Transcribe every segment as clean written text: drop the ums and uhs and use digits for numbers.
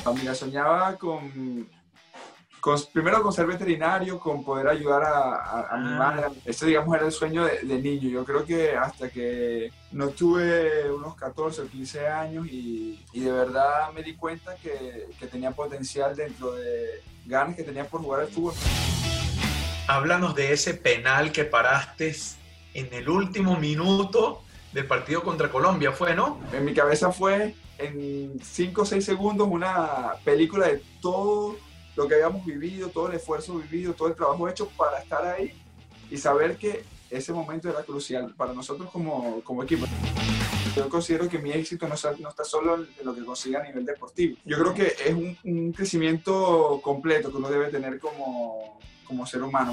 Mira, soñaba primero con ser veterinario, con poder ayudar a mi madre. Ese, digamos, era el sueño de niño. Yo creo que hasta que no tuve unos 14 o 15 años y de verdad me di cuenta que tenía potencial dentro de ganas que tenía por jugar al fútbol. Háblanos de ese penal que paraste en el último minuto del partido contra Colombia, ¿fue, no? En mi cabeza fue, en 5 o 6 segundos, una película de todo lo que habíamos vivido, todo el esfuerzo vivido, todo el trabajo hecho para estar ahí y saber que ese momento era crucial para nosotros como equipo. Yo considero que mi éxito no está solo en lo que consiga a nivel deportivo. Yo creo que es un crecimiento completo que uno debe tener como ser humano.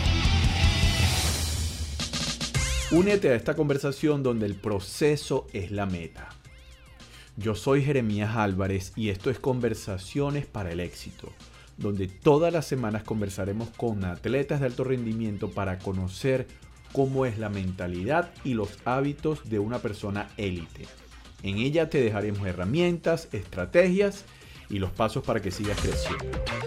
Únete a esta conversación donde el proceso es la meta. Yo soy Jeremías Álvarez y esto es Conversaciones para el Éxito, donde todas las semanas conversaremos con atletas de alto rendimiento para conocer cómo es la mentalidad y los hábitos de una persona élite. En ella te dejaremos herramientas, estrategias y los pasos para que sigas creciendo.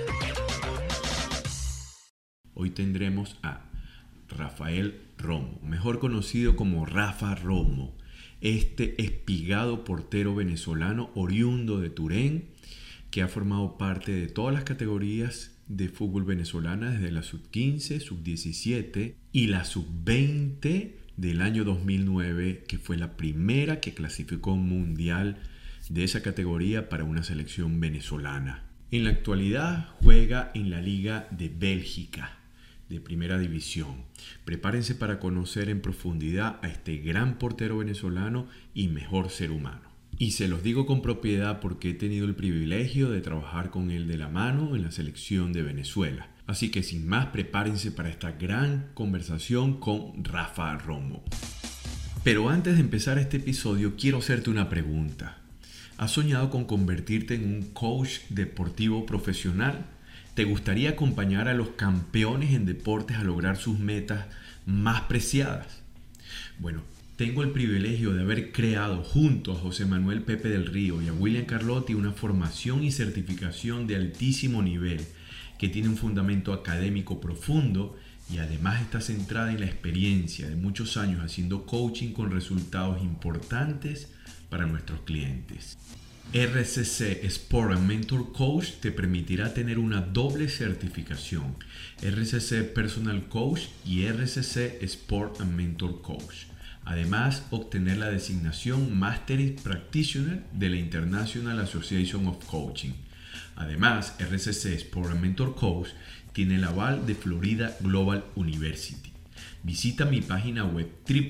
Hoy tendremos a Rafael Romo, mejor conocido como Rafa Romo. Este espigado portero venezolano oriundo de Turén, que ha formado parte de todas las categorías de fútbol venezolana desde la sub-15, sub-17 y la sub-20 del año 2009, que fue la primera que clasificó un mundial de esa categoría para una selección venezolana. En la actualidad juega en la Liga de Bélgica, de primera división. Prepárense para conocer en profundidad a este gran portero venezolano y mejor ser humano. Y se los digo con propiedad porque he tenido el privilegio de trabajar con él de la mano en la selección de Venezuela. Así que sin más, prepárense para esta gran conversación con Rafa Romo. Pero antes de empezar este episodio, quiero hacerte una pregunta. ¿Has soñado con convertirte en un coach deportivo profesional? ¿Te gustaría acompañar a los campeones en deportes a lograr sus metas más preciadas? Bueno, tengo el privilegio de haber creado junto a José Manuel Pepe del Río y a William Carlotti una formación y certificación de altísimo nivel que tiene un fundamento académico profundo y además está centrada en la experiencia de muchos años haciendo coaching con resultados importantes para nuestros clientes. RCC Sport and Mentor Coach te permitirá tener una doble certificación, RCC Personal Coach y RCC Sport and Mentor Coach. Además, obtener la designación Master Practitioner de la International Association of Coaching. Además, RCC Sport and Mentor Coach tiene el aval de Florida Global University. Visita mi página web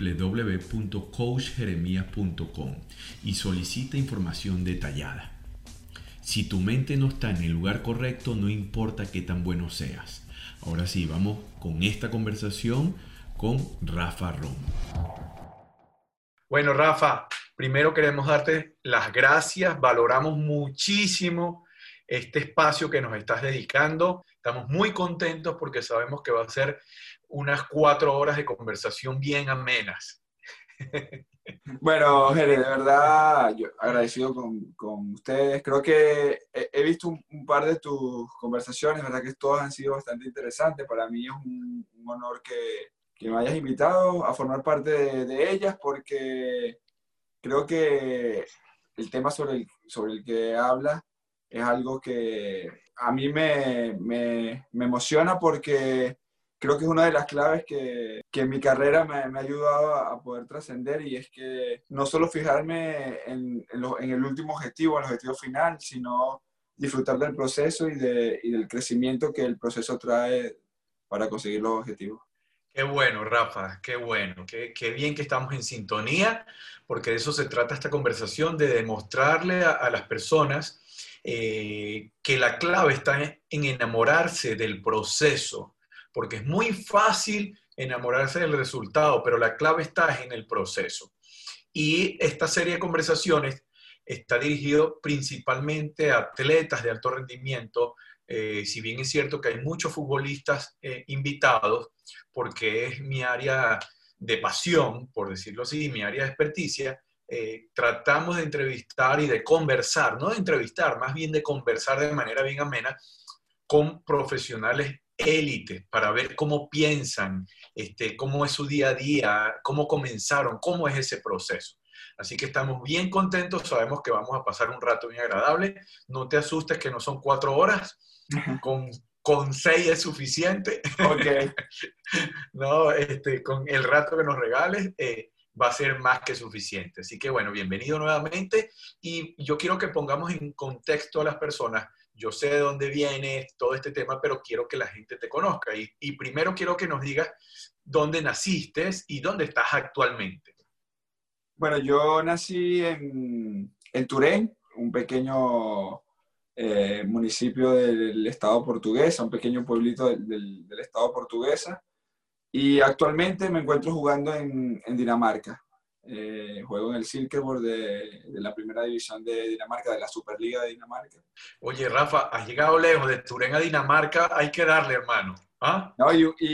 www.coachjeremias.com y solicita información detallada. Si tu mente no está en el lugar correcto, no importa qué tan bueno seas. Ahora sí, vamos con esta conversación con Rafa Romo. Bueno, Rafa, primero queremos darte las gracias. Valoramos muchísimo este espacio que nos estás dedicando. Estamos muy contentos porque sabemos que va a ser unas 4 horas de conversación bien amenas. Bueno, Jere, de verdad, yo agradecido con ustedes. Creo que he visto un par de tus conversaciones, verdad que todas han sido bastante interesantes. Para mí es un honor que me hayas invitado a formar parte de ellas, porque creo que el tema sobre el que hablas es algo que a mí me emociona, porque creo que es una de las claves que en mi carrera me ha ayudado a poder trascender, y es que no solo fijarme en el último objetivo, en el objetivo final, sino disfrutar del proceso y del crecimiento que el proceso trae para conseguir los objetivos. Qué bueno, Rafa, qué bueno, qué bien que estamos en sintonía, porque de eso se trata esta conversación, de demostrarle a las personas que la clave está en enamorarse del proceso, porque es muy fácil enamorarse del resultado, pero la clave está en el proceso. Y esta serie de conversaciones está dirigido principalmente a atletas de alto rendimiento, si bien es cierto que hay muchos futbolistas invitados, porque es mi área de pasión, por decirlo así, mi área de experticia, tratamos de entrevistar y de conversar, no de entrevistar, más bien de conversar de manera bien amena con profesionales élites para ver cómo piensan, cómo es su día a día, cómo comenzaron, cómo es ese proceso. Así que estamos bien contentos, sabemos que vamos a pasar un rato bien agradable. No te asustes que no son 4 horas, con 6 es suficiente. Ok. No, con el rato que nos regales va a ser más que suficiente. Así que bueno, bienvenido nuevamente y yo quiero que pongamos en contexto a las personas. Yo sé de dónde viene todo este tema, pero quiero que la gente te conozca y primero quiero que nos digas dónde naciste y dónde estás actualmente. Bueno, yo nací en Turén, un pequeño municipio del estado portuguesa, un pequeño pueblito del estado portuguesa. Y actualmente me encuentro jugando en Dinamarca. Juego en el Silkeborg de la primera división de Dinamarca, de la Superliga de Dinamarca. Oye, Rafa, has llegado lejos de Turén a Dinamarca, hay que darle, hermano. ¿Ah? No,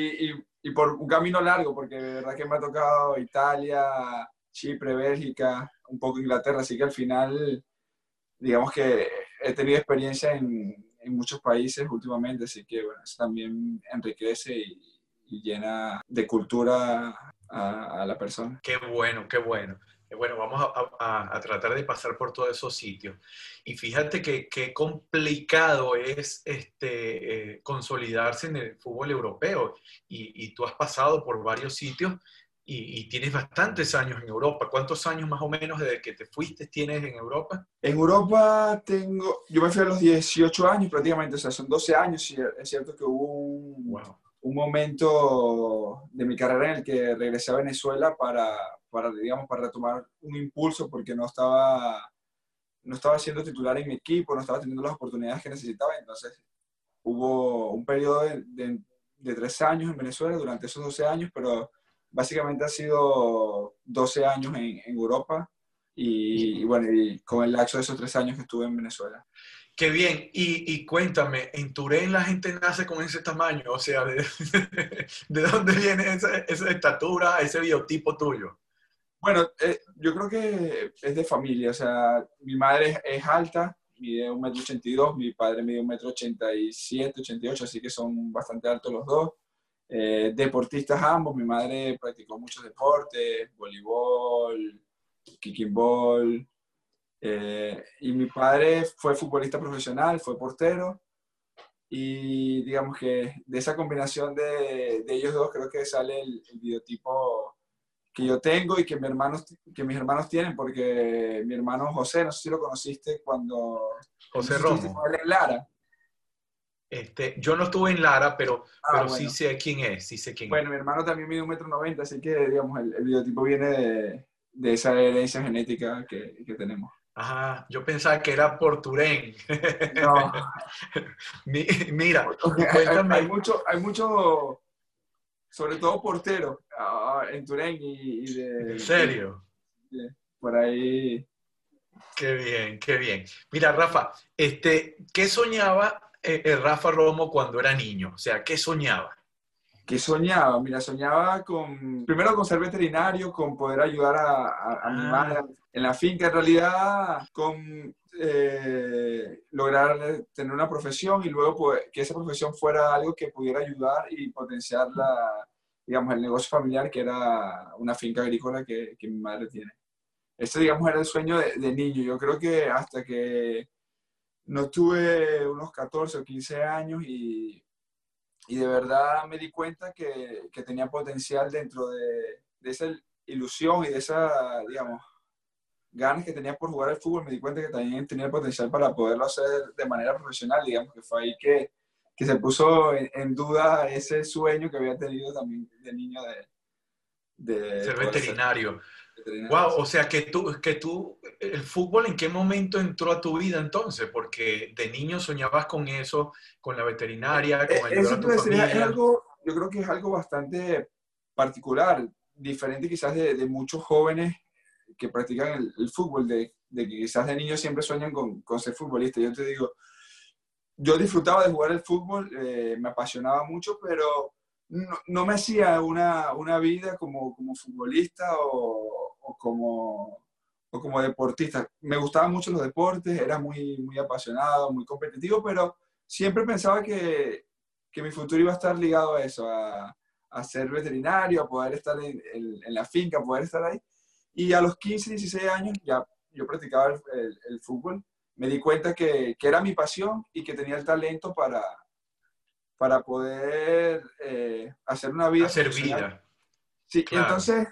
y por un camino largo, porque de verdad que me ha tocado Italia, Chipre, Bélgica, un poco Inglaterra, así que al final, digamos que he tenido experiencia en muchos países últimamente, así que bueno, eso también enriquece y llena de cultura a la persona. Qué bueno, qué bueno. Bueno, vamos a tratar de pasar por todos esos sitios. Y fíjate que qué complicado es consolidarse en el fútbol europeo. Y tú has pasado por varios sitios y tienes bastantes años en Europa. ¿Cuántos años más o menos desde que te fuiste tienes en Europa? En Europa yo me fui a los 18 años prácticamente, o sea, son 12 años, y es cierto que hubo un momento de mi carrera en el que regresé a Venezuela digamos, para retomar un impulso porque no estaba siendo titular en mi equipo, no estaba teniendo las oportunidades que necesitaba. Entonces hubo un periodo de 3 años en Venezuela durante esos 12 años, pero básicamente ha sido 12 años en Europa y bueno, y con el lapso de esos 3 años que estuve en Venezuela. Qué bien. Y cuéntame, ¿en Turén la gente nace con ese tamaño? O sea, ¿de dónde viene esa estatura, ese biotipo tuyo? Bueno, yo creo que es de familia. O sea, mi madre es alta, mide 1,82 m, mi padre mide 1,87 m, 88 m, así que son bastante altos los dos. Deportistas ambos, mi madre practicó muchos deportes, voleibol, kicking ball, y mi padre fue futbolista profesional, fue portero, y digamos que de esa combinación de ellos dos creo que sale el biotipo que yo tengo y que mis hermanos tienen, porque mi hermano José, no sé si lo conociste José estuviste Romo. con él en Lara. Yo no estuve en Lara, pero Bueno. sí sé quién es, sí sé quién es. Bueno, mi hermano también mide 1,90 m, así que digamos el biotipo viene de esa herencia genética que tenemos. Ajá, yo pensaba que era por Turén. No. Mira, Okay, y cuéntame. hay mucho, sobre todo portero, en Turén ¿En serio? Por ahí. Qué bien, qué bien. Mira, Rafa, ¿qué soñaba Rafa Romo cuando era niño? O sea, ¿qué soñaba? ¿Qué soñaba? Mira, soñaba primero con ser veterinario, con poder ayudar a mi madre en la finca, en realidad con lograr tener una profesión y luego que esa profesión fuera algo que pudiera ayudar y potenciar digamos, el negocio familiar, que era una finca agrícola que mi madre tiene. Ese, digamos, era el sueño de niño. Yo creo que hasta que no tuve unos 14 o 15 años y de verdad me di cuenta que tenía potencial dentro de esa ilusión y de esa, digamos, ganas que tenía por jugar al fútbol. Me di cuenta que también tenía el potencial para poderlo hacer de manera profesional, digamos, que fue ahí que se puso en duda ese sueño que había tenido también de niño de Ser poder ser veterinario. veterinario. Wow, o sea que tú, ¿el fútbol en qué momento entró a tu vida entonces? Porque de niño soñabas con eso, con la veterinaria, con ayudar Eso a te tu decía, familia. yo creo que es algo bastante particular, diferente quizás de muchos jóvenes que practican el fútbol, de que quizás de niños siempre sueñan con ser futbolista. Yo te digo, yo disfrutaba de jugar el fútbol, me apasionaba mucho, pero no me hacía una vida como futbolista o o como deportista. Me gustaban mucho los deportes, era muy, muy apasionado, muy competitivo, pero siempre pensaba que mi futuro iba a estar ligado a eso, a ser veterinario, a poder estar en la finca, poder estar ahí. Y a los 15, 16 años ya yo practicaba el fútbol. Me di cuenta que era mi pasión y que tenía el talento para poder hacer una vida Hacer profesional. vida, Sí, claro. entonces,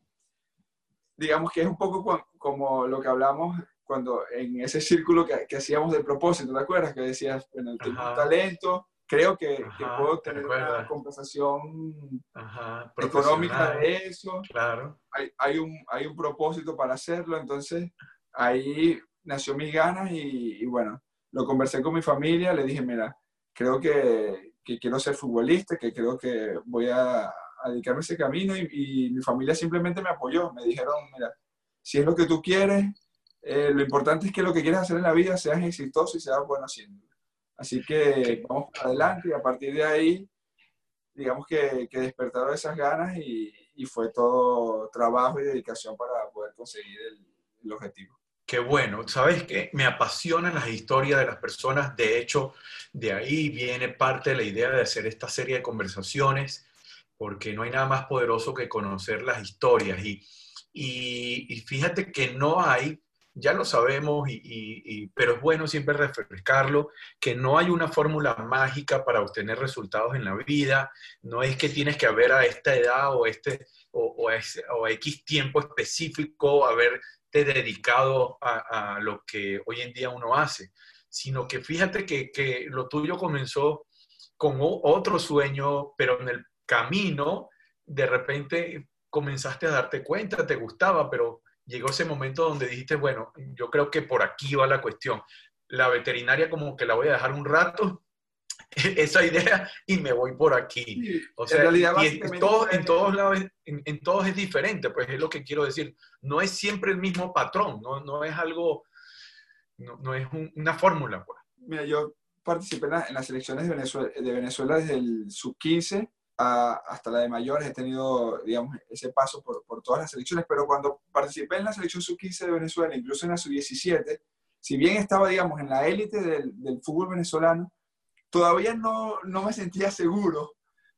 digamos que es un poco como lo que hablamos cuando en ese círculo que hacíamos de propósito, ¿te acuerdas? Que decías, bueno, tengo un Ajá, talento, creo que ajá, puedo ¿te tener una recuerdas? compensación Ajá, económica profesional, de eso, claro. hay un propósito para hacerlo, entonces ahí nació mis ganas y bueno, lo conversé con mi familia, le dije, mira, creo que quiero ser futbolista, que creo que voy a dedicarme a ese camino y mi familia simplemente me apoyó, me dijeron, mira, si es lo que tú quieres, lo importante es que lo que quieres hacer en la vida seas exitoso y seas bueno haciendo. Así que Que, vamos para adelante y a partir de ahí digamos que despertaron esas ganas y fue todo trabajo y dedicación para poder conseguir el objetivo. qué bueno. ¿Sabes qué? Me apasionan las historias de las personas. De hecho, de ahí viene parte de la idea de hacer esta serie de conversaciones, porque no hay nada más poderoso que conocer las historias. Y fíjate que no hay, ya lo sabemos, pero es bueno siempre refrescarlo, que no hay una fórmula mágica para obtener resultados en la vida. No es que tienes que haber a esta edad o a X tiempo específico, haberte dedicado a lo que hoy en día uno hace, sino que fíjate que lo tuyo comenzó con otro sueño, pero en el camino de repente comenzaste a darte cuenta, te gustaba, pero llegó ese momento donde dijiste, bueno, yo creo que por aquí va la cuestión. La veterinaria como que la voy a dejar un rato, esa idea, y me voy por aquí. Sí, O en sea, realidad y básicamente fue, en todos lados, en todos es diferente, pues es lo que quiero decir. No es siempre el mismo patrón, no es algo, no es una fórmula, pues. mira, yo participé en las selecciones de Venezuela desde el sub-15 hasta la de mayores, he tenido, digamos, ese paso por todas las selecciones, pero cuando participé en la selección sub-15 de Venezuela, incluso en la sub-17, si bien estaba, digamos, en la élite del fútbol venezolano, todavía no me sentía seguro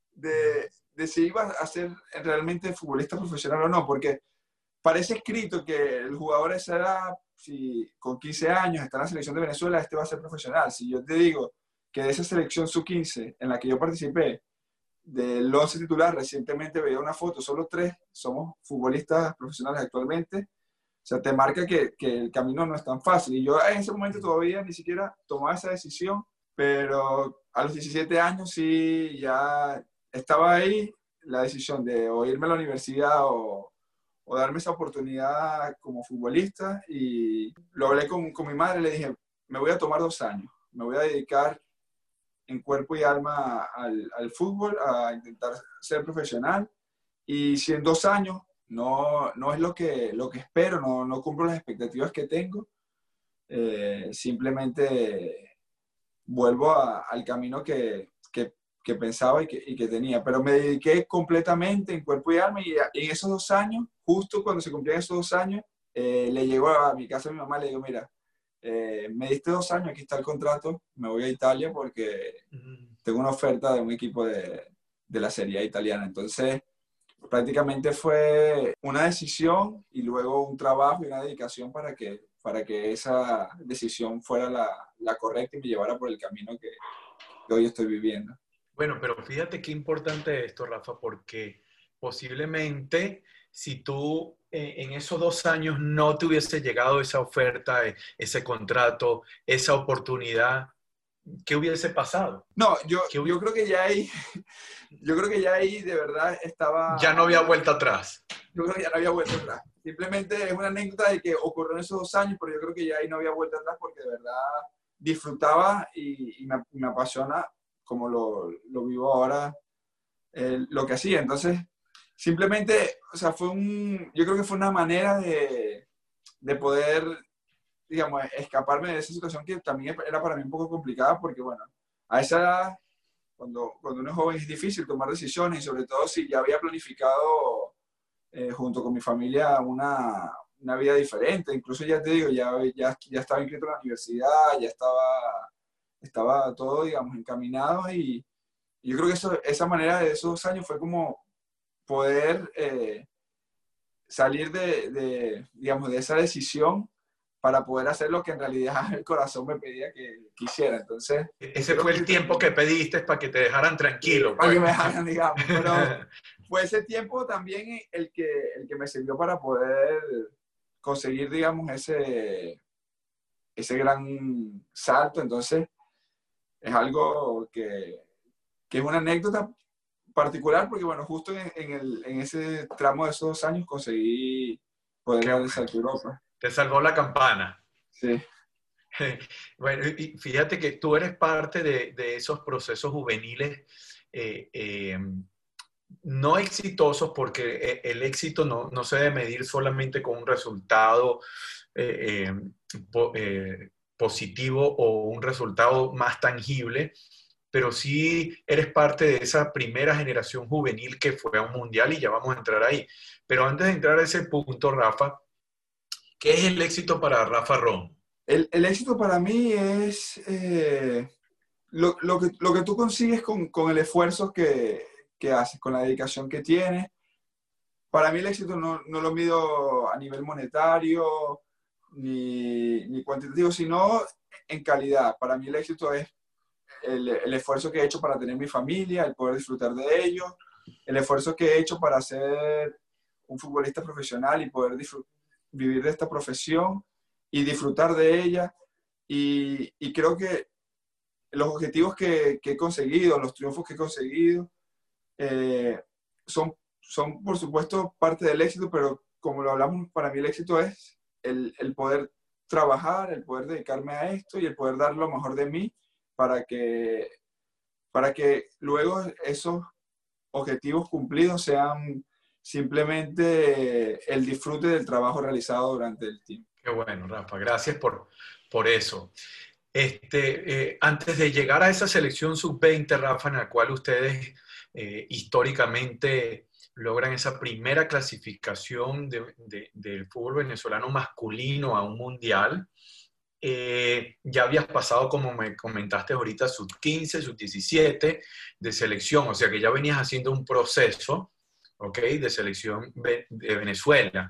de si iba a ser realmente futbolista profesional o no, porque parece escrito que el jugador a esa edad, si con 15 años está en la selección de Venezuela, este va a ser profesional. Si yo te digo que de esa selección sub-15 en la que yo participé, del 11 titular, recientemente veía una foto, solo 3 somos futbolistas profesionales actualmente, o sea, te marca que el camino no es tan fácil. Y yo en ese momento todavía ni siquiera tomaba esa decisión, pero a los 17 años sí ya estaba ahí la decisión de o irme a la universidad o darme esa oportunidad como futbolista. Y lo hablé con mi madre, le dije, me voy a tomar 2 años, me voy a dedicar en cuerpo y alma al fútbol, a intentar ser profesional. Y si en 2 años no es lo que espero, no cumplo las expectativas que tengo, simplemente vuelvo al camino que pensaba y que tenía. Pero me dediqué completamente en cuerpo y alma y en esos 2 años, justo cuando se cumplían esos 2 años, le llego a mi casa a mi mamá y le digo, mira, me diste 2 años, aquí está el contrato, me voy a Italia porque tengo una oferta de un equipo de la Serie A italiana. Entonces, prácticamente fue una decisión y luego un trabajo y una dedicación para que esa decisión fuera la correcta y me llevara por el camino que hoy estoy viviendo. Bueno, pero fíjate qué importante esto, Rafa, porque posiblemente si tú en esos 2 años no te hubiese llegado esa oferta, ese contrato, esa oportunidad, ¿qué hubiese pasado? No, ¿Qué yo creo que ya ahí, yo creo que ya ahí de verdad Ya no estaba, había vuelta atrás. yo creo que ya no había vuelta atrás. Simplemente es una anécdota de que ocurrió en esos 2 años, pero yo creo que ya ahí no había vuelta atrás porque de verdad disfrutaba y me apasiona como lo vivo ahora, lo que hacía. Entonces, simplemente, o sea, yo creo que fue una manera de poder, digamos, escaparme de esa situación que también era para mí un poco complicada porque, bueno, a esa edad, cuando uno es joven es difícil tomar decisiones y sobre todo si ya había planificado junto con mi familia una vida diferente. Incluso ya te digo, ya estaba inscrito en la universidad, ya estaba todo, digamos, encaminado y yo creo que esa manera de esos 2 años fue como poder salir digamos, de esa decisión para poder hacer lo que en realidad el corazón me pedía que quisiera. Entonces, Ese fue el tiempo que pediste para que te dejaran tranquilo, para pues. que me dejaran, digamos. Pero fue ese tiempo también el que me sirvió para poder conseguir, digamos, ese gran salto. Entonces, es algo que es una anécdota particular porque, bueno, justo en ese tramo de esos 2 años conseguí poder Qué dar el bueno. salto a Europa. Te salvó la campana. Sí. Bueno, y fíjate que tú eres parte de esos procesos juveniles no exitosos, porque el éxito no se debe medir solamente con un resultado eh, positivo o un resultado más tangible, pero sí eres parte de esa primera generación juvenil que fue a un mundial y ya vamos a entrar ahí. Pero antes de entrar a ese punto, Rafa, ¿qué es el éxito para Rafa Romo? El éxito para mí es lo que tú consigues con el esfuerzo que haces, con la dedicación que tienes. Para mí el éxito no lo mido a nivel monetario ni cuantitativo, sino en calidad. Para mí el éxito es el esfuerzo que he hecho para tener mi familia, el poder disfrutar de ellos, el esfuerzo que he hecho para ser un futbolista profesional y poder vivir de esta profesión y disfrutar de ella. Y creo que los objetivos que he conseguido, los triunfos que he conseguido, son por supuesto parte del éxito, pero como lo hablamos, para mí el éxito es el poder trabajar, el poder dedicarme a esto y el poder dar lo mejor de mí para que luego esos objetivos cumplidos sean simplemente el disfrute del trabajo realizado durante el tiempo. Qué bueno, Rafa, gracias por eso. Antes de llegar a esa selección sub-20, Rafa, en la cual ustedes históricamente logran esa primera clasificación del fútbol venezolano masculino a un mundial, ya habías pasado, como me comentaste ahorita, sub-15, sub-17 de selección, o sea que ya venías haciendo un proceso, ¿ok?, de selección de Venezuela.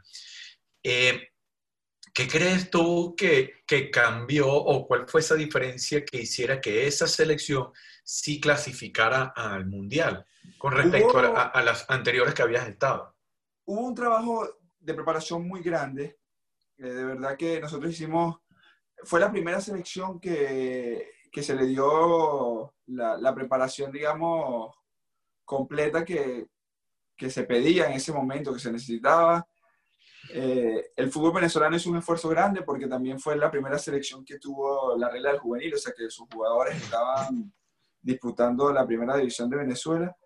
¿Qué crees tú que cambió o cuál fue esa diferencia que hiciera que esa selección sí clasificara al Mundial con respecto a las anteriores que habías estado? Hubo un trabajo de preparación muy grande. De verdad que nosotros hicimos, fue la primera selección que se le dio la preparación, digamos, completa que se pedía en ese momento, que se necesitaba. El fútbol venezolano hizo un esfuerzo grande porque también fue la primera selección que tuvo la regla del juvenil, o sea que sus jugadores estaban disputando la primera división de Venezuela.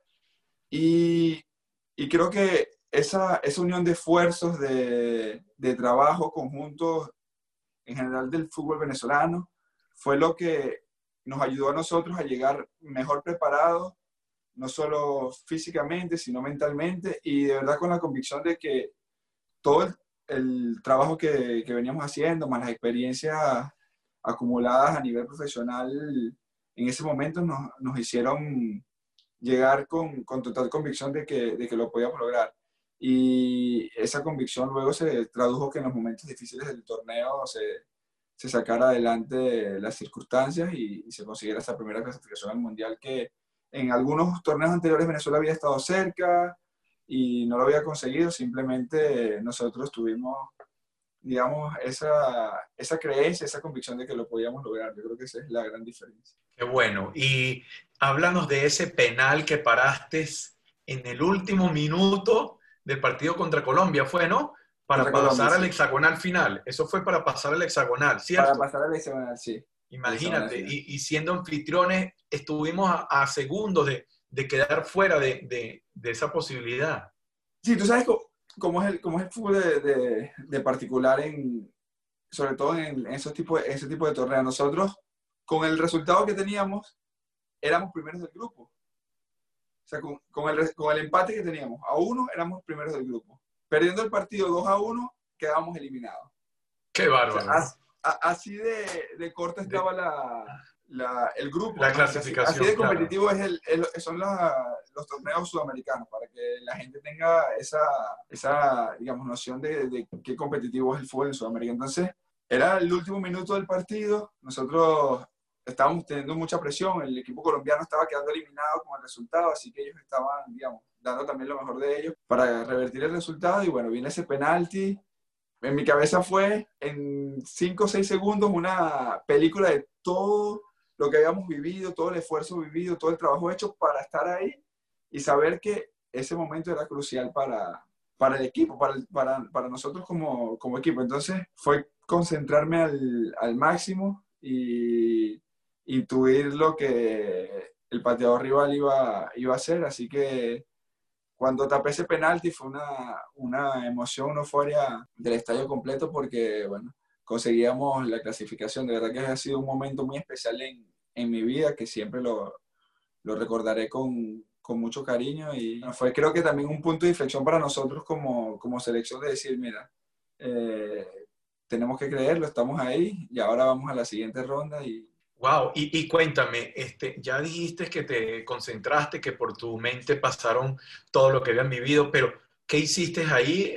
Y creo que esa unión de esfuerzos, de trabajo conjuntos en general del fútbol venezolano, fue lo que nos ayudó a nosotros a llegar mejor preparados, no solo físicamente, sino mentalmente, y de verdad con la convicción de que todo el trabajo que veníamos haciendo, más las experiencias acumuladas a nivel profesional en ese momento nos hicieron llegar con total convicción de que lo podíamos lograr. Y esa convicción luego se tradujo que en los momentos difíciles del torneo se sacara adelante las circunstancias y se consiguiera esa primera clasificación al Mundial que en algunos torneos anteriores Venezuela había estado cerca y no lo había conseguido. Simplemente nosotros tuvimos, digamos, esa creencia, esa convicción de que lo podíamos lograr. Yo creo que esa es la gran diferencia. Qué bueno. Y háblanos de ese penal que paraste en el último minuto del partido contra Colombia, ¿fue, no? Para Contra Colombia, pasar al sí. hexagonal final. Eso fue para pasar al hexagonal, ¿cierto? Para pasar al hexagonal, sí. Imagínate, y siendo anfitriones, estuvimos a segundos de quedar fuera de esa posibilidad. Sí, tú sabes cómo es el fútbol de particular, sobre todo en ese tipo de torneos. Nosotros, con el resultado que teníamos, éramos primeros del grupo. O sea, con el empate que teníamos, a 1 éramos primeros del grupo. Perdiendo el partido 2-1, quedábamos eliminados. Qué O bárbaro, sea, ¿no? así de corta estaba el grupo, La ¿no? Así clasificación, de claro. competitivo son los torneos sudamericanos, para que la gente tenga esa digamos, noción de qué competitivo es el fútbol en Sudamérica. Entonces, era el último minuto del partido, nosotros estábamos teniendo mucha presión, el equipo colombiano estaba quedando eliminado con el resultado, así que ellos estaban, digamos, dando también lo mejor de ellos para revertir el resultado, y bueno, viene ese penalti. En mi cabeza fue en 5 o 6 segundos una película de todo lo que habíamos vivido, todo el esfuerzo vivido, todo el trabajo hecho para estar ahí y saber que ese momento era crucial para el equipo, para nosotros como equipo. Entonces fue concentrarme al máximo y intuir lo que el pateador rival iba a hacer. Así que cuando tapé ese penalti fue una emoción, una euforia del estadio completo porque, bueno, conseguíamos la clasificación. De verdad que ha sido un momento muy especial en mi vida que siempre lo recordaré con mucho cariño y fue creo que también un punto de inflexión para nosotros como selección de decir, mira, tenemos que creerlo, estamos ahí y ahora vamos a la siguiente ronda y Wow, y cuéntame, ya dijiste que te concentraste, que por tu mente pasaron todo lo que habían vivido, pero ¿qué hiciste ahí?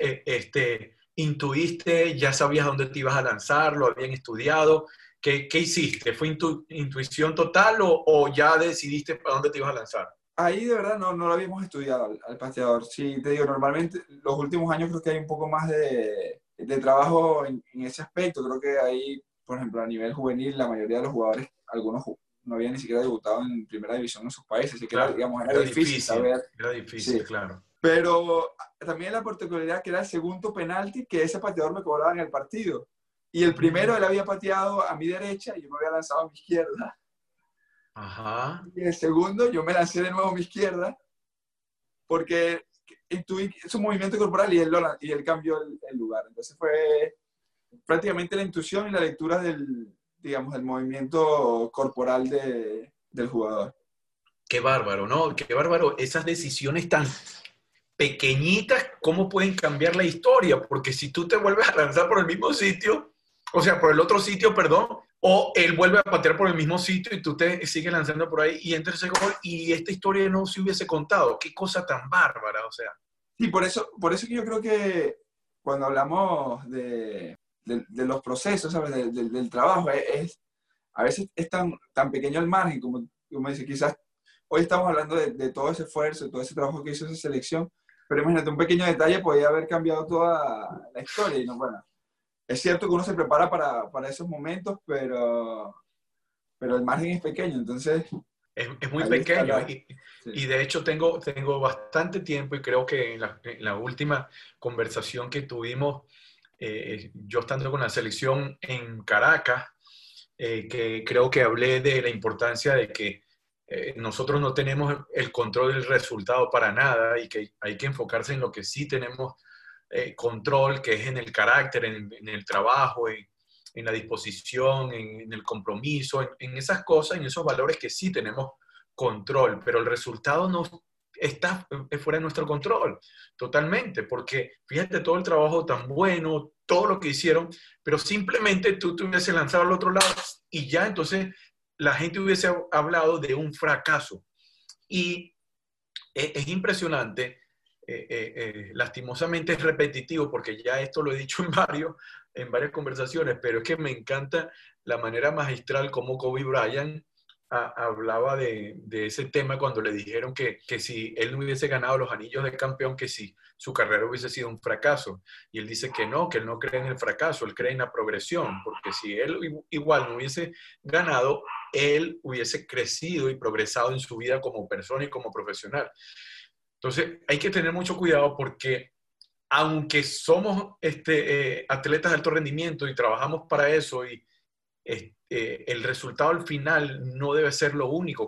¿Intuiste? ¿Ya sabías dónde te ibas a lanzar? ¿Lo habían estudiado? ¿Qué hiciste? ¿Fue intuición total o ya decidiste para dónde te ibas a lanzar? ahí de verdad no lo habíamos estudiado al pateador. Sí, te digo, normalmente los últimos años creo que hay un poco más de trabajo en ese aspecto. Creo que ahí, por ejemplo, a nivel juvenil, la mayoría de los jugadores, algunos no habían ni siquiera debutado en primera división en sus países, así que era, Claro, digamos, era difícil saber. era difícil, Sí, claro. pero también la particularidad que era el segundo penalti que ese pateador me cobraba en el partido. Y el primero él había pateado a mi derecha y yo me había lanzado a mi izquierda. Ajá. Y el segundo yo me lancé de nuevo a mi izquierda porque intuí su movimiento corporal y él cambió el lugar. Entonces fue prácticamente la intuición y la lectura digamos, del movimiento corporal del jugador. Qué bárbaro, ¿no? Qué bárbaro. Esas decisiones tan pequeñitas, ¿cómo pueden cambiar la historia? Porque si tú te vuelves a lanzar por el mismo sitio, o sea, por el otro sitio, perdón, o él vuelve a patear por el mismo sitio y tú te sigues lanzando por ahí y entra ese gol y esta historia no se hubiese contado. Qué cosa tan bárbara, o sea. Sí, por eso que yo creo que cuando hablamos de los procesos, ¿sabes? Del trabajo, a veces es tan pequeño el margen, como dice, quizás hoy estamos hablando de todo ese esfuerzo, de todo ese trabajo que hizo esa selección, pero imagínate, un pequeño detalle podía haber cambiado toda la historia. Y no, bueno, es cierto que uno se prepara para esos momentos, pero el margen es pequeño, entonces Es muy ahí está pequeño sí. y de hecho tengo bastante tiempo y creo que en la última conversación que tuvimos, yo estando con la selección en Caracas, que creo que hablé de la importancia de que nosotros no tenemos el control del resultado para nada y que hay que enfocarse en lo que sí tenemos control, que es en el carácter, en el trabajo, en la disposición, en el compromiso, en esas cosas, en esos valores que sí tenemos control, pero el resultado no está fuera de nuestro control, totalmente, porque fíjate todo el trabajo tan bueno, todo lo que hicieron, pero simplemente tú te hubieses lanzado al otro lado y ya entonces la gente hubiese hablado de un fracaso. Y es impresionante, lastimosamente es repetitivo porque ya esto lo he dicho en varias conversaciones, pero es que me encanta la manera magistral como Kobe Bryant hablaba de ese tema cuando le dijeron que si él no hubiese ganado los anillos de campeón, que si su carrera hubiese sido un fracaso. Y él dice que él no cree en el fracaso, él cree en la progresión, porque si él igual no hubiese ganado, él hubiese crecido y progresado en su vida como persona y como profesional. Entonces, hay que tener mucho cuidado porque aunque somos atletas de alto rendimiento y trabajamos para eso, y el resultado al final no debe ser lo único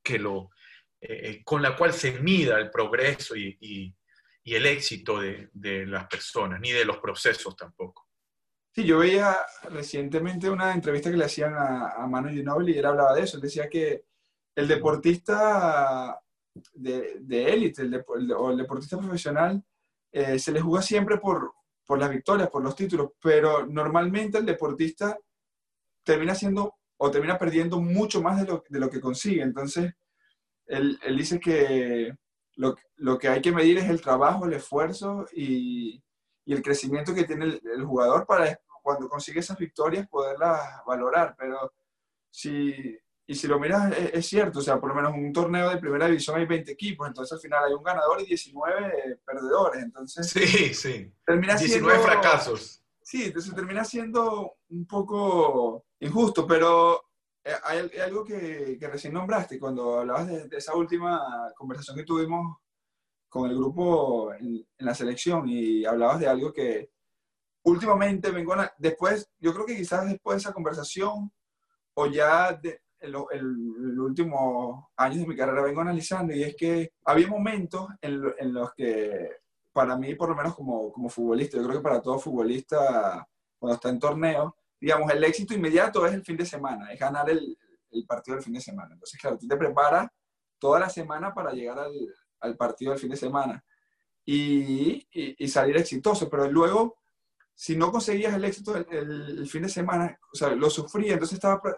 con la cual se mida el progreso y el éxito de las personas, ni de los procesos tampoco. Sí, yo veía recientemente una entrevista que le hacían a Manu Ginóbili y él hablaba de eso. Él decía que el deportista de élite o el deportista profesional se le juega siempre por las victorias, por los títulos, pero normalmente el deportista termina siendo o termina perdiendo mucho más de lo que consigue. Entonces, él dice que lo que hay que medir es el trabajo, el esfuerzo y el crecimiento que tiene el jugador para cuando consigue esas victorias poderlas valorar. Pero si lo miras, es cierto, o sea, por lo menos en un torneo de primera división hay 20 equipos, entonces al final hay un ganador y 19 perdedores. Entonces, Sí, sí. termina 19 siendo, fracasos. sí, entonces termina siendo un poco injusto, pero hay algo que recién nombraste cuando hablabas de esa última conversación que tuvimos con el grupo en la selección, y hablabas de algo que últimamente después, yo creo que quizás después de esa conversación o ya en los últimos años de mi carrera vengo analizando, y es que había momentos en los que, para mí, por lo menos como futbolista, yo creo que para todo futbolista, cuando está en torneo, digamos, el éxito inmediato es el fin de semana, es ganar el partido del fin de semana. Entonces, claro, tú te preparas toda la semana para llegar al partido del fin de semana y salir exitoso, pero luego, si no conseguías el éxito el fin de semana, o sea, lo sufría, entonces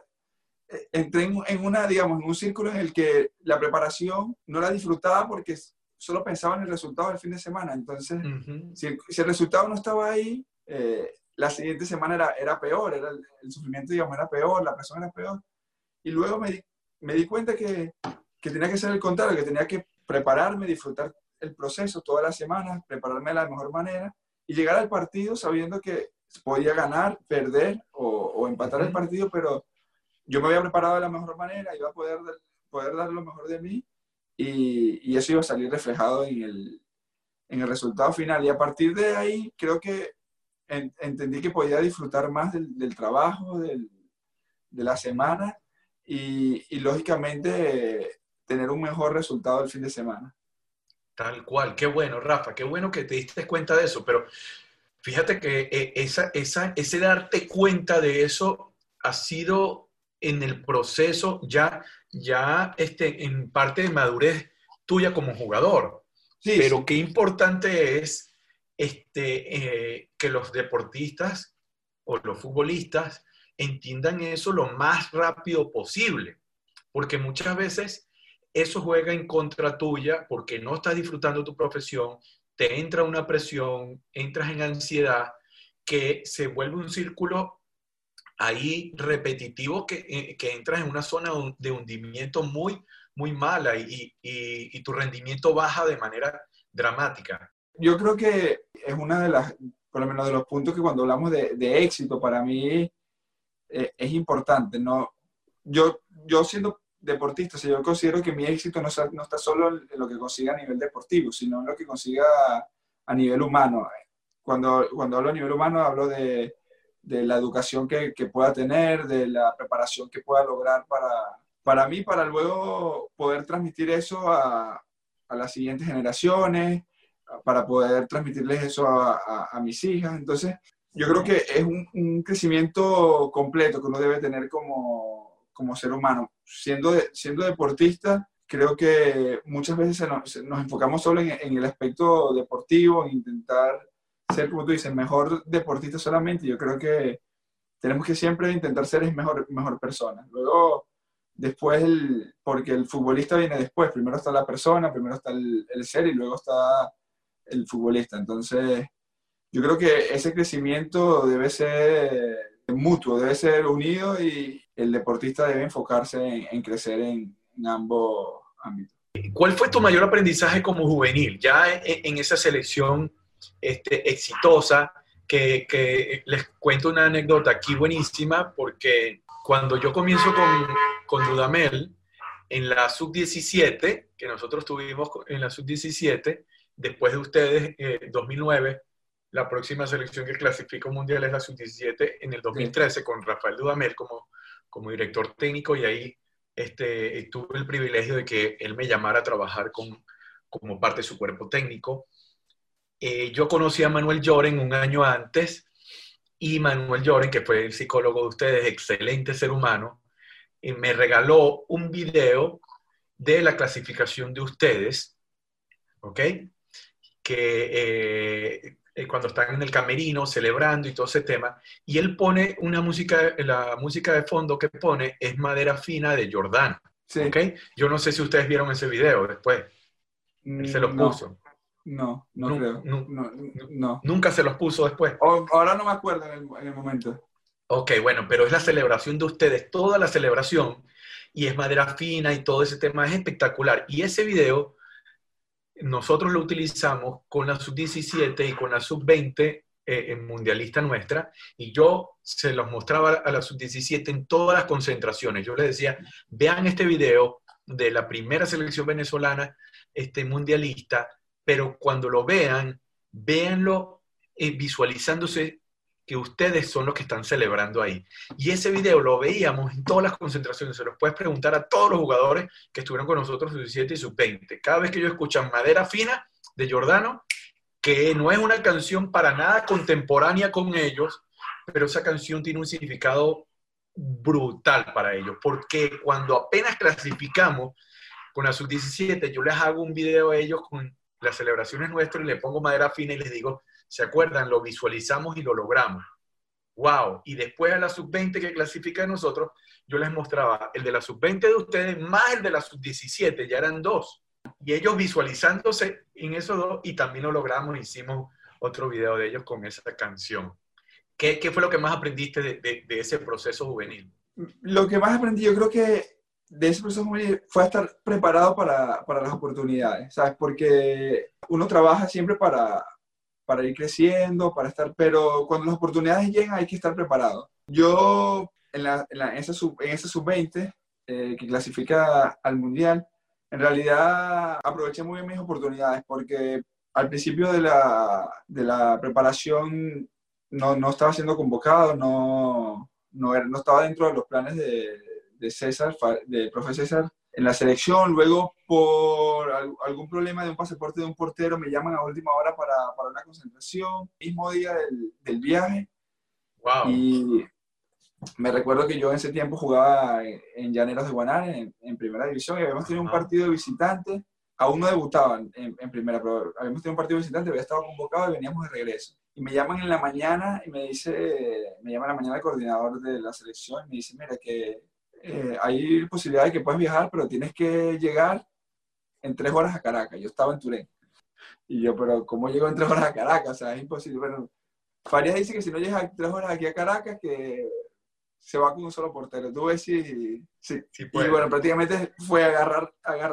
entré una, digamos, en un círculo en el que la preparación no la disfrutaba porque solo pensaba en el resultado del fin de semana. Entonces, si el resultado no estaba ahí, la siguiente semana era peor, el sufrimiento, digamos, era peor, la presión era peor. Y luego me di cuenta que tenía que ser el contrario, que tenía que prepararme, disfrutar el proceso toda la semana, prepararme de la mejor manera y llegar al partido sabiendo que podía ganar, perder o empatar el partido, pero yo me había preparado de la mejor manera, iba a poder dar lo mejor de mí, y eso iba a salir reflejado en el resultado final. Y a partir de ahí creo que entendí que podía disfrutar más del trabajo, de la semana y lógicamente tener un mejor resultado el fin de semana. Tal cual, qué bueno, Rafa, qué bueno que te diste cuenta de eso, pero fíjate que ese darte cuenta de eso ha sido en el proceso ya en parte de madurez tuya como jugador. Sí, Pero sí. qué importante es que los deportistas o los futbolistas entiendan eso lo más rápido posible, porque muchas veces eso juega en contra tuya porque no estás disfrutando tu profesión, te entra una presión, entras en ansiedad, que se vuelve un círculo ahí repetitivo que entras en una zona de hundimiento muy, muy mala y tu rendimiento baja de manera dramática. Yo creo que es una de las, por lo menos de los puntos que cuando hablamos de éxito, para mí es importante, ¿no? Yo siendo deportista, o sea, yo considero que mi éxito no está solo en lo que consiga a nivel deportivo, sino en lo que consiga a nivel humano. Cuando hablo a nivel humano, hablo de la educación que pueda tener, de la preparación que pueda lograr para mí, para luego poder transmitir eso a las siguientes generaciones, para poder transmitirles eso a mis hijas. Entonces, yo creo que es un crecimiento completo que uno debe tener como ser humano. Siendo deportista, creo que muchas veces nos enfocamos solo en el aspecto deportivo, en intentar ser, como tú dices, mejor deportista solamente. Yo creo que tenemos que siempre intentar ser mejor persona. Luego, después, porque el futbolista viene después. Primero está la persona, primero está el ser y luego está el futbolista. Entonces, yo creo que ese crecimiento debe ser mutuo, debe ser unido, y el deportista debe enfocarse en crecer en ambos ámbitos. ¿Cuál fue tu mayor aprendizaje como juvenil? Ya en esa selección exitosa, que les cuento una anécdota aquí buenísima, porque cuando yo comienzo con Dudamel en la sub-17, que nosotros tuvimos en la sub-17, después de ustedes, 2009, la próxima selección que clasifica un mundial es la sub-17 en el 2013, sí, con Rafael Dudamel como director técnico, y ahí tuve el privilegio de que él me llamara a trabajar como parte de su cuerpo técnico. Yo conocí a Manuel Lloren un año antes, y Manuel Lloren, que fue el psicólogo de ustedes, excelente ser humano, me regaló un video de la clasificación de ustedes, ¿ok? Que cuando están en el camerino celebrando y todo ese tema, y él pone una música, la música de fondo que pone es Madera Fina de Jordán. Sí. ¿Ok? Yo no sé si ustedes vieron ese video después. Él se los puso. No creo. No. Nunca se los puso después. Ahora no me acuerdo en el momento. Ok, bueno, pero es la celebración de ustedes, toda la celebración, y es Madera Fina y todo ese tema es espectacular. Y ese video nosotros lo utilizamos con la sub-17 y con la sub-20 en mundialista nuestra, y yo se los mostraba a la sub-17 en todas las concentraciones. Yo les decía, vean este video de la primera selección venezolana mundialista, pero cuando lo vean, véanlo visualizándose que ustedes son los que están celebrando ahí. Y ese video lo veíamos en todas las concentraciones. Se los puedes preguntar a todos los jugadores que estuvieron con nosotros sub-17 y sub-20. Cada vez que ellos escuchan Madera Fina de Giordano, que no es una canción para nada contemporánea con ellos, pero esa canción tiene un significado brutal para ellos, porque cuando apenas clasificamos con la sub-17, yo les hago un video a ellos con las celebraciones nuestras y le pongo Madera Fina y les digo, ¿se acuerdan? Lo visualizamos y lo logramos. ¡Wow! Y después a la sub-20 que clasifica de nosotros, yo les mostraba el de la sub-20 de ustedes más el de la sub-17, ya eran dos. Y ellos visualizándose en esos dos, y también lo logramos, hicimos otro video de ellos con esa canción. ¿Qué fue lo que más aprendiste de ese proceso juvenil? Lo que más aprendí, yo creo que de ese proceso juvenil fue estar preparado para las oportunidades, ¿sabes? Porque uno trabaja siempre para ir creciendo, para estar, pero cuando las oportunidades llegan hay que estar preparado. Yo en esa sub-20 que clasifica al Mundial, en realidad aproveché muy bien mis oportunidades porque al principio de la preparación no estaba siendo convocado, no estaba dentro de los planes de César, del profe César en la selección. Luego, por algún problema de un pasaporte de un portero, me llaman a última hora para una concentración, mismo día del viaje. Wow. Y me recuerdo que yo en ese tiempo jugaba en Llaneros de Guanare, en primera división, y habíamos tenido un partido de visitante. Aún no debutaban en primera, pero habíamos tenido un partido de visitante, había estado convocado y veníamos de regreso. Y me llaman en la mañana y me llama en la mañana el coordinador de la selección y me dice, mira, que hay posibilidad de que puedas viajar, pero tienes que llegar en 3 horas a Caracas. Yo estaba en Turén. Y yo, pero ¿cómo llego en 3 horas a Caracas? O sea, es imposible. Bueno, Farías dice que si no llegas en 3 horas aquí a Caracas, que se va con un solo portero. Tú ves sí. Y bueno, prácticamente fue agarrar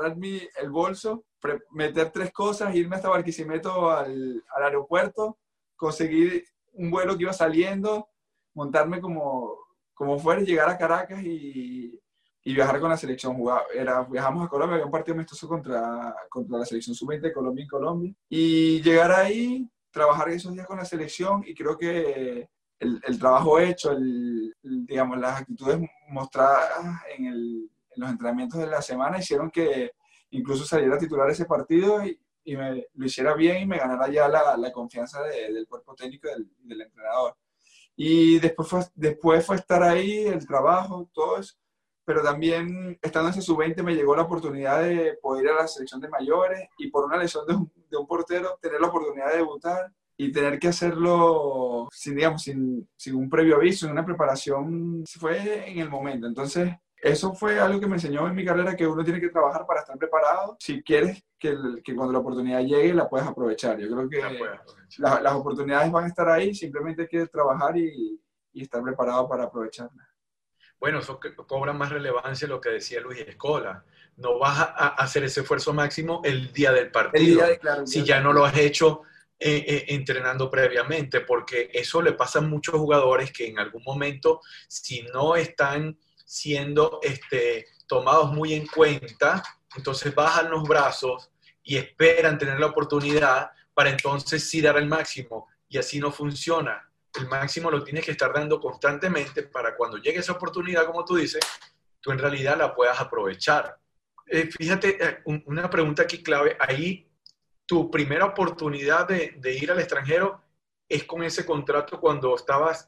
el bolso, meter 3 cosas, irme hasta Barquisimeto al aeropuerto, conseguir un vuelo que iba saliendo, montarme como fuera, llegar a Caracas y viajar con la selección. Viajamos a Colombia, había un partido amistoso contra la selección sub-20 de Colombia en Colombia. Y llegar ahí, trabajar esos días con la selección, y creo que el trabajo hecho, digamos, las actitudes mostradas en los entrenamientos de la semana hicieron que incluso saliera a titular ese partido y lo hiciera bien y me ganara ya la confianza del cuerpo técnico del entrenador. Y después fue estar ahí, el trabajo, todo eso. Pero también, estando en ese sub-20, me llegó la oportunidad de poder ir a la selección de mayores y por una lesión de un portero, tener la oportunidad de debutar y tener que hacerlo sin un previo aviso, sin una preparación. Fue en el momento. Entonces, eso fue algo que me enseñó en mi carrera, que uno tiene que trabajar para estar preparado si quieres que cuando la oportunidad llegue la puedas aprovechar. Yo creo que las oportunidades van a estar ahí, simplemente hay que trabajar y estar preparado para aprovecharlas. Bueno, eso cobra más relevancia lo que decía Luis Escola. No vas a hacer ese esfuerzo máximo el día del partido, si ya no lo has hecho entrenando previamente, porque eso le pasa a muchos jugadores que en algún momento, si no están siendo tomados muy en cuenta, entonces bajan los brazos y esperan tener la oportunidad para entonces sí dar el máximo, y así no funciona. El máximo lo tienes que estar dando constantemente para cuando llegue esa oportunidad, como tú dices, tú en realidad la puedas aprovechar. Fíjate, una pregunta aquí clave, ahí tu primera oportunidad de ir al extranjero es con ese contrato cuando estabas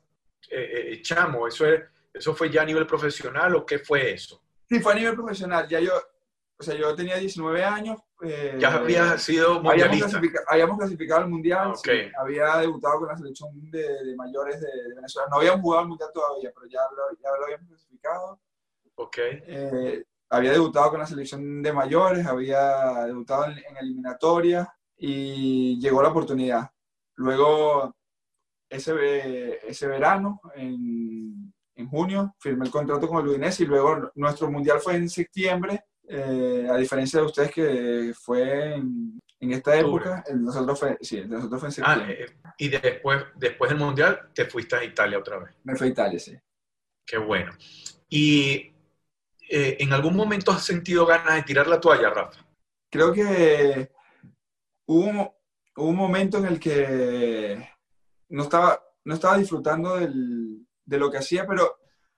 chamo, ¿eso fue ya a nivel profesional o qué fue eso? Sí, fue a nivel profesional. Ya yo o sea, yo tenía 19 años. Ya habías sido mundialista. Habíamos clasificado al Mundial, Okay. sí, había debutado con la selección de mayores de Venezuela. No habíamos jugado al Mundial todavía, pero ya lo habíamos clasificado. Okay. Había debutado con la selección de mayores, había debutado en eliminatorias y llegó la oportunidad. Luego, ese verano, en junio, firmé el contrato con el Udinese y luego nuestro Mundial fue en septiembre. A diferencia de ustedes que fue en esta época, el de nosotros fue en septiembre. Y después del Mundial te fuiste a Italia otra vez. Me fui a Italia, sí. Qué bueno. Y ¿en algún momento has sentido ganas de tirar la toalla, Rafa? Creo que hubo un momento en el que no estaba disfrutando de lo que hacía, pero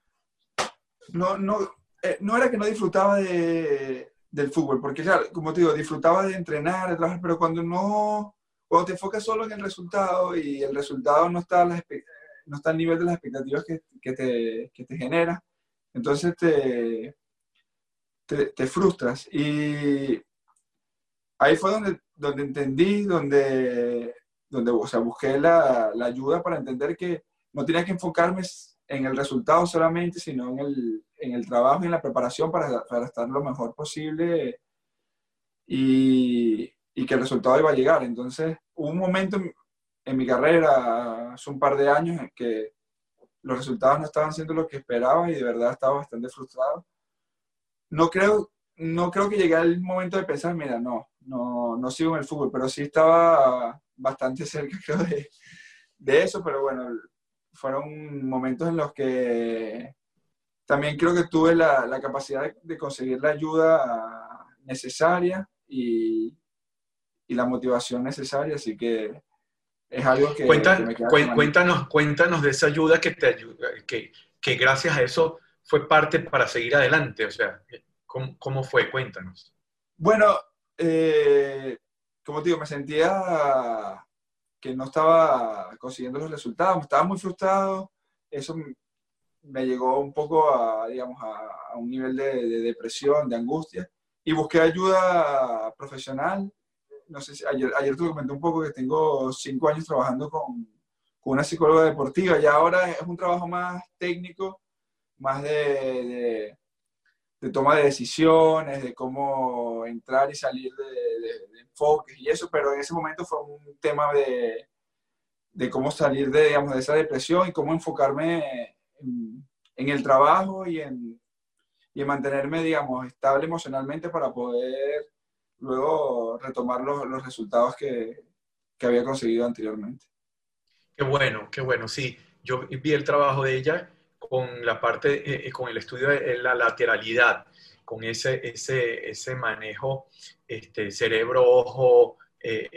no era que no disfrutaba del fútbol, porque claro, como te digo, disfrutaba de entrenar, de trabajar, pero cuando te enfocas solo en el resultado y el resultado no está al nivel de las expectativas que te genera, entonces te frustras. Y ahí fue donde entendí, o sea, busqué la ayuda para entender que no tenía que enfocarme en el resultado solamente, sino en el trabajo y en la preparación para estar lo mejor posible y que el resultado iba a llegar. Entonces, hubo un momento en mi carrera, hace un par de años, en que los resultados no estaban siendo lo que esperaba y de verdad estaba bastante frustrado. No creo que llegué al momento de pensar, mira, no sigo en el fútbol, pero sí estaba bastante cerca, creo, de eso, pero bueno, fueron momentos en los que también creo que tuve la capacidad de conseguir la ayuda necesaria y la motivación necesaria, así que es algo que me queda. Cuéntanos de esa ayuda que gracias a eso fue parte para seguir adelante, o sea, ¿cómo fue? Cuéntanos. Bueno, como te digo, me sentía que no estaba consiguiendo los resultados, estaba muy frustrado, eso me llegó un poco a un nivel de depresión, de angustia, y busqué ayuda profesional. No sé si ayer te lo comenté un poco que tengo 5 años trabajando con una psicóloga deportiva y ahora es un trabajo más técnico, más de toma de decisiones, de cómo entrar y salir de enfoques y eso, pero en ese momento fue un tema de cómo salir de esa depresión y cómo enfocarme en el trabajo y en mantenerme, estable emocionalmente para poder luego retomar los resultados que había conseguido anteriormente. Qué bueno, sí. Yo vi el trabajo de ella con la parte, con el estudio de la lateralidad, con ese manejo cerebro-ojo,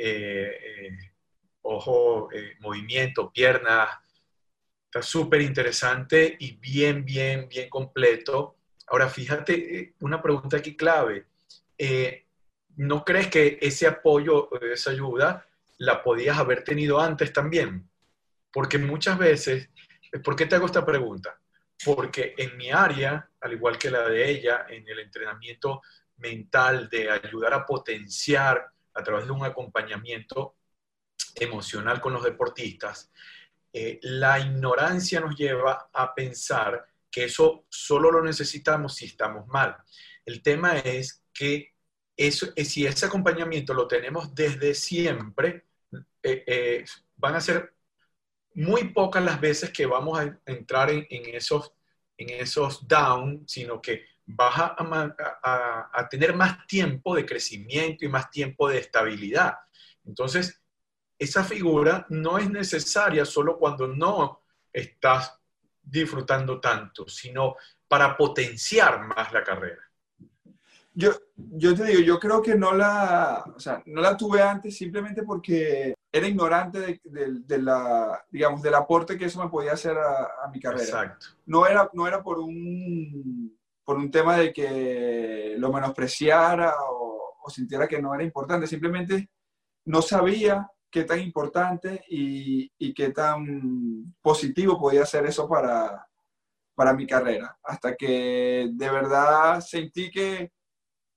movimiento, piernas. Está súper interesante y bien completo. Ahora, fíjate, una pregunta aquí clave. ¿No crees que ese apoyo, esa ayuda, la podías haber tenido antes también? Porque muchas veces, ¿por qué te hago esta pregunta? Porque en mi área, al igual que la de ella, en el entrenamiento mental de ayudar a potenciar a través de un acompañamiento emocional con los deportistas, la ignorancia nos lleva a pensar que eso solo lo necesitamos si estamos mal. El tema es que si ese acompañamiento lo tenemos desde siempre, van a ser muy pocas las veces que vamos a entrar en esos down, sino que vas a tener más tiempo de crecimiento y más tiempo de estabilidad. Entonces, esa figura no es necesaria solo cuando no estás disfrutando tanto, sino para potenciar más la carrera. Yo te digo, yo creo que no la tuve antes simplemente porque era ignorante del aporte que eso me podía hacer a mi carrera. Exacto. No era por un tema de que lo menospreciara o sintiera que no era importante, simplemente no sabía qué tan importante y qué tan positivo podía ser eso para mi carrera. Hasta que de verdad sentí que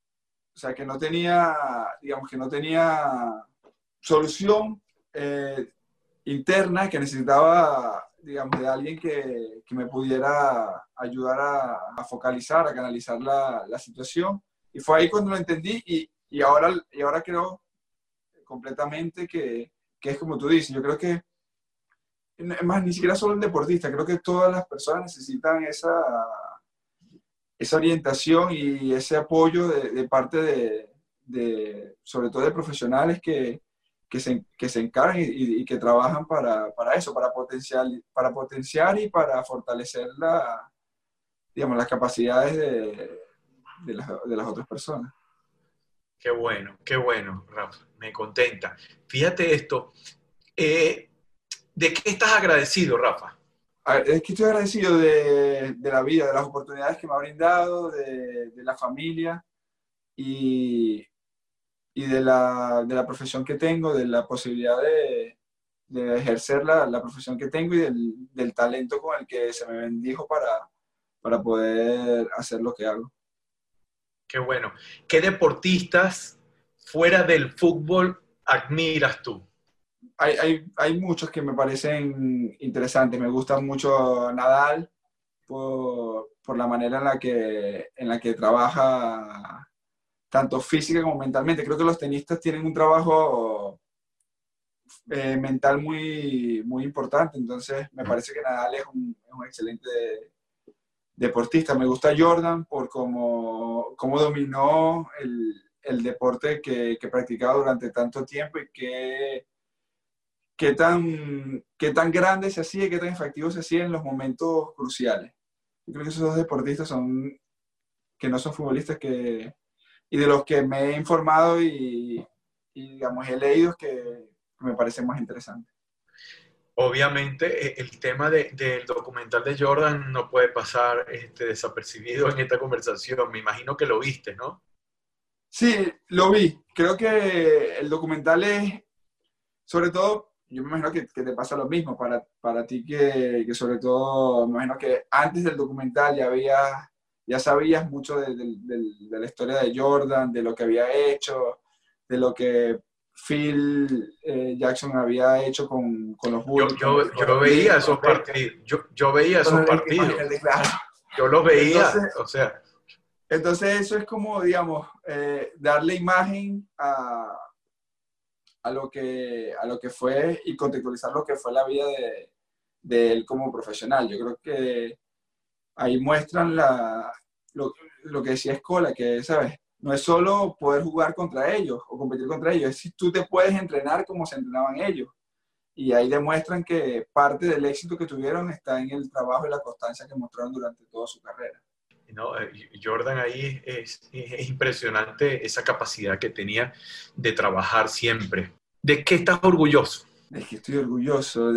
o sea, que no tenía, digamos, que no tenía solución interna, que necesitaba, digamos, de alguien que me pudiera ayudar a focalizar, a canalizar la situación. Y fue ahí cuando lo entendí y ahora creo completamente que es como tú dices. Yo creo que, más ni siquiera solo el deportista, creo que todas las personas necesitan esa orientación y ese apoyo de parte sobre todo de profesionales que se encargan y que trabajan para eso, para potenciar y para fortalecer digamos, las capacidades de las otras personas. Qué bueno, Rafa, me contenta. Fíjate esto, ¿de qué estás agradecido, Rafa? A ver, es que estoy agradecido de la vida, de las oportunidades que me ha brindado, de la familia y de la profesión que tengo, de la posibilidad de ejercer la profesión que tengo y del talento con el que se me bendijo para poder hacer lo que hago. Qué bueno. ¿Qué deportistas fuera del fútbol admiras tú? Hay muchos que me parecen interesantes. Me gusta mucho Nadal por la manera en la que trabaja tanto física como mentalmente. Creo que los tenistas tienen un trabajo mental muy, muy importante, entonces me parece que Nadal es un excelente deportista. Me gusta Jordan por cómo dominó el deporte que practicaba durante tanto tiempo y qué tan grande se hacía y qué tan efectivo se hacía en los momentos cruciales. Yo creo que esos dos deportistas que no son futbolistas y de los que me he informado digamos, he leído que me parecen más interesantes. Obviamente, el tema del documental de Jordan no puede pasar desapercibido en esta conversación. Me imagino que lo viste, ¿no? Sí, lo vi. Creo que el documental es, sobre todo, yo me imagino que te pasa lo mismo para ti, que sobre todo, me imagino que antes del documental ya sabías mucho de la historia de Jordan, de lo que había hecho, de lo que Phil Jackson había hecho con los Bulls. Yo veía esos partidos. Yo veía esos partidos. Claro. Yo los veía, Entonces, o sea. Entonces eso es como, digamos, darle imagen a lo que fue y contextualizar lo que fue la vida de él como profesional. Yo creo que ahí muestran lo que decía Escola, que, ¿sabes? No es solo poder jugar contra ellos o competir contra ellos, es si tú te puedes entrenar como se entrenaban ellos. Y ahí demuestran que parte del éxito que tuvieron está en el trabajo y la constancia que mostraron durante toda su carrera. No, Jordan ahí es impresionante esa capacidad que tenía de trabajar siempre. ¿De qué estás orgulloso? Es que estoy orgulloso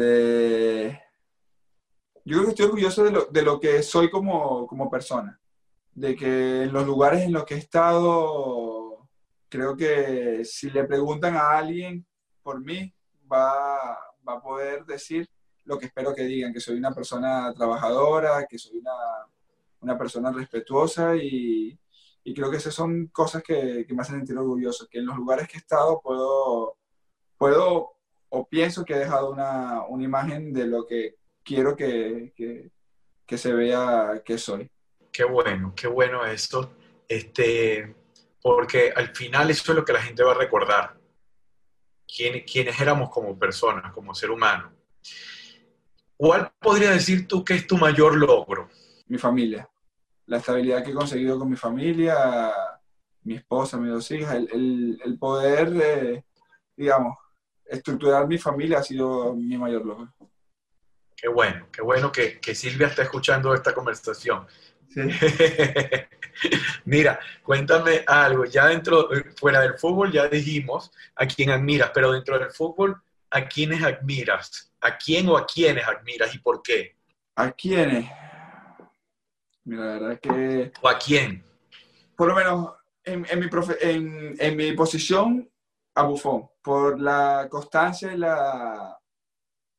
Yo creo que estoy orgulloso de lo que soy como persona. De que en los lugares en los que he estado, creo que si le preguntan a alguien por mí, va a poder decir lo que espero que digan, que soy una persona trabajadora, que soy una persona respetuosa y creo que esas son cosas que me hacen sentir orgulloso, que en los lugares que he estado puedo o pienso que he dejado una imagen de lo que quiero que se vea que soy. Qué bueno esto, porque al final eso es lo que la gente va a recordar, quiénes éramos como personas, como ser humano. ¿Cuál podría decir tú que es tu mayor logro? Mi familia, la estabilidad que he conseguido con mi familia, mi esposa, mis 2 hijas, el poder, digamos, estructurar mi familia ha sido mi mayor logro. Qué bueno que Silvia está escuchando esta conversación. Sí. Mira, cuéntame algo. Ya fuera del fútbol ya dijimos a quién admiras, pero dentro del fútbol, ¿a quiénes admiras? ¿A quién o a quiénes admiras y por qué? ¿A quiénes? Mira, la verdad que... ¿O a quién? Por lo menos en mi posición, a Buffon, por la constancia y la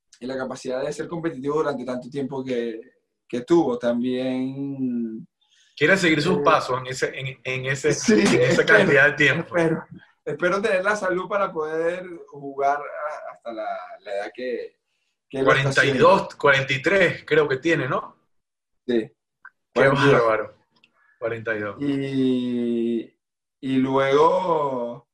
capacidad de ser competitivo durante tanto tiempo que tuvo. También Quiere seguir sus Eh, pasos sí, en esa espero, cantidad de tiempo. espero tener la salud para poder jugar hasta la edad que lo está haciendo. 42, 43 creo que tiene, ¿no? Sí, Qué 42. bárbaro. 42. Y, y luego,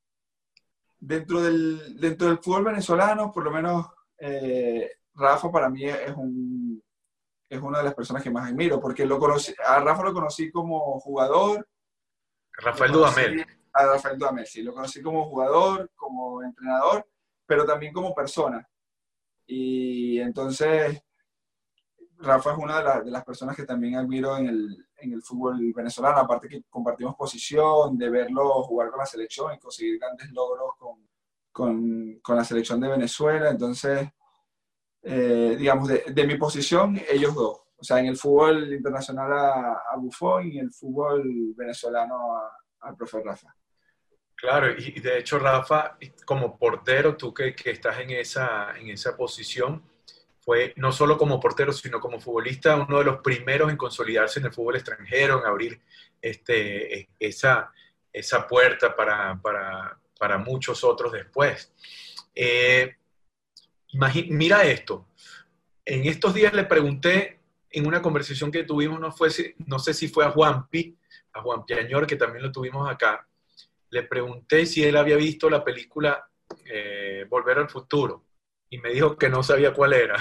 dentro del fútbol venezolano, por lo menos Rafa para mí es una de las personas que más admiro, porque a Rafa lo conocí como jugador, lo Rafael conocí Dudamel. a Rafael Dudamel, sí, lo conocí como jugador, como entrenador, pero también como persona. Y entonces Rafa es una de las personas que también admiro en el fútbol venezolano, aparte que compartimos posición, de verlo jugar con la selección y conseguir grandes logros con la selección de Venezuela. Entonces, digamos, de mi posición, ellos dos. O sea, en el fútbol internacional a Buffon y en el fútbol venezolano al profe Rafa. Claro, y de hecho, Rafa, como portero, tú que estás en esa posición, fue no solo como portero, sino como futbolista, uno de los primeros en consolidarse en el fútbol extranjero, en abrir esa puerta para muchos otros después. Eh, Mira esto, en estos días le pregunté en una conversación que tuvimos, no sé si fue a Juanpi Añor, que también lo tuvimos acá, le pregunté si él había visto la película Volver al Futuro y me dijo que no sabía cuál era.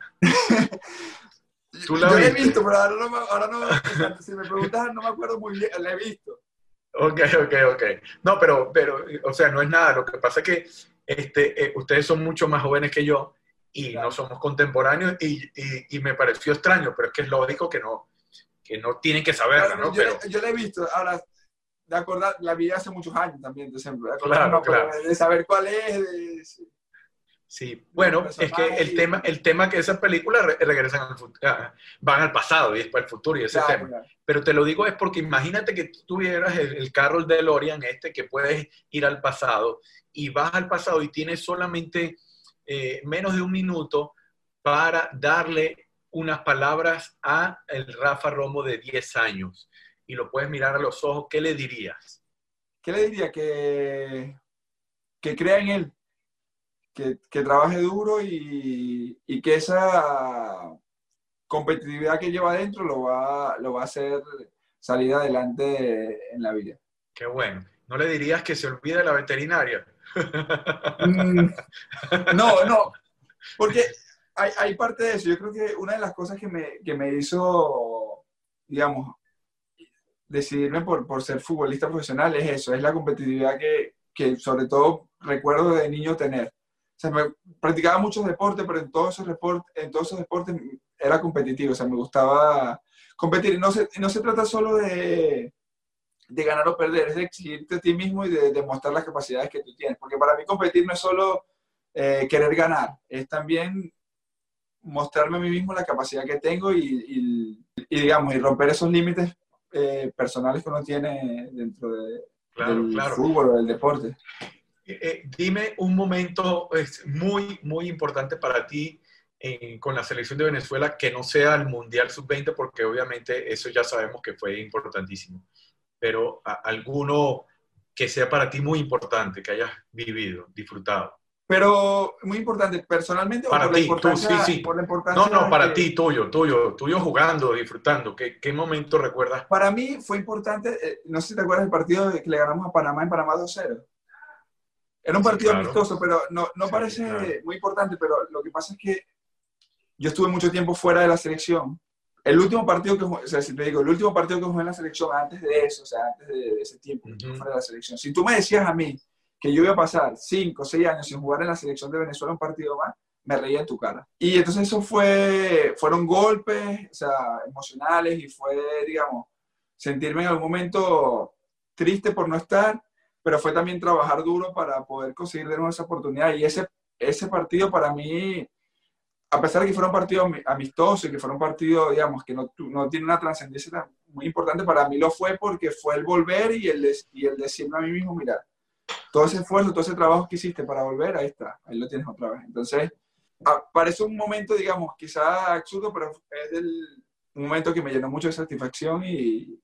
¿Tú la Yo la he viste? visto, pero ahora no, o sea, si me preguntas, no me acuerdo muy bien, la he visto. Ok. No, pero, o sea, no es nada. Lo que pasa es que ustedes son mucho más jóvenes que yo y no Claro. somos contemporáneos y me pareció extraño, pero es que es lógico que no tienen que saberla, Claro, ¿no? Pero, yo la he visto, ahora, de acordar, la vi hace muchos años también, entonces, de acordarme claro, no, pero claro. de saber cuál es, Sí, de los bueno, es que personajes, el tema que esas películas regresan van al pasado y después al futuro y ese claro, tema. claro. Pero te lo digo es porque imagínate que tú tuvieras el carro DeLorean que puedes ir al pasado y vas al pasado y tienes solamente menos de un minuto para darle unas palabras a el Rafa Romo de 10 años y lo puedes mirar a los ojos, ¿qué le dirías? ¿Qué le diría? Que crea en él, que trabaje duro y que esa competitividad que lleva adentro lo va a hacer salir adelante en la vida. Qué bueno. ¿No le dirías que se olvide de la veterinaria? Mm, no, porque hay parte de eso. Yo creo que una de las cosas que me hizo, digamos, decidirme por ser futbolista profesional es eso, es la competitividad que sobre todo recuerdo de niño tener. O sea, practicaba muchos deportes, pero en todos esos deportes era competitivo, o sea, me gustaba competir. No se trata solo de ganar o perder, es de exigirte a ti mismo y de demostrar las capacidades que tú tienes. Porque para mí competir no es solo querer ganar, es también mostrarme a mí mismo la capacidad que tengo digamos, y romper esos límites personales que uno tiene dentro Claro, del claro. fútbol o del deporte. Dime un momento muy, muy importante para ti con la selección de Venezuela que no sea el Mundial Sub-20, porque obviamente eso ya sabemos que fue importantísimo, pero alguno que sea para ti muy importante, que hayas vivido, disfrutado. Pero muy importante, personalmente o Para ti, tú, sí, sí. por la No, importancia para que ti, tuyo jugando, disfrutando. ¿Qué momento recuerdas? para mí fue importante, no sé si te acuerdas del partido que le ganamos a Panamá en Panamá 2-0. Era un Sí, partido claro. amistoso, pero no Sí, parece claro. muy importante, pero lo que pasa es que yo estuve mucho tiempo fuera de la selección. El último partido que jugué, o sea, si te digo, el último partido que jugué en la selección antes de eso, o sea, antes de ese tiempo que estuve fuera de la selección. Si tú me decías a mí que yo iba a pasar 5 o 6 años sin jugar en la selección de Venezuela un partido más, me reía en tu cara. Y entonces fueron golpes, o sea, emocionales y fue, digamos, sentirme en algún momento triste por no estar, pero fue también trabajar duro para poder conseguir de nuevo esa oportunidad. Y ese partido para mí, a pesar de que fuera un partido amistoso y que fuera un partido, digamos, que no tiene una trascendencia muy importante, para mí lo fue porque fue el volver y el decirme a mí mismo, mira, todo ese esfuerzo, todo ese trabajo que hiciste para volver, ahí está, ahí lo tienes otra vez. Entonces, parece un momento, digamos, quizá absurdo, pero es un momento que me llenó mucho de satisfacción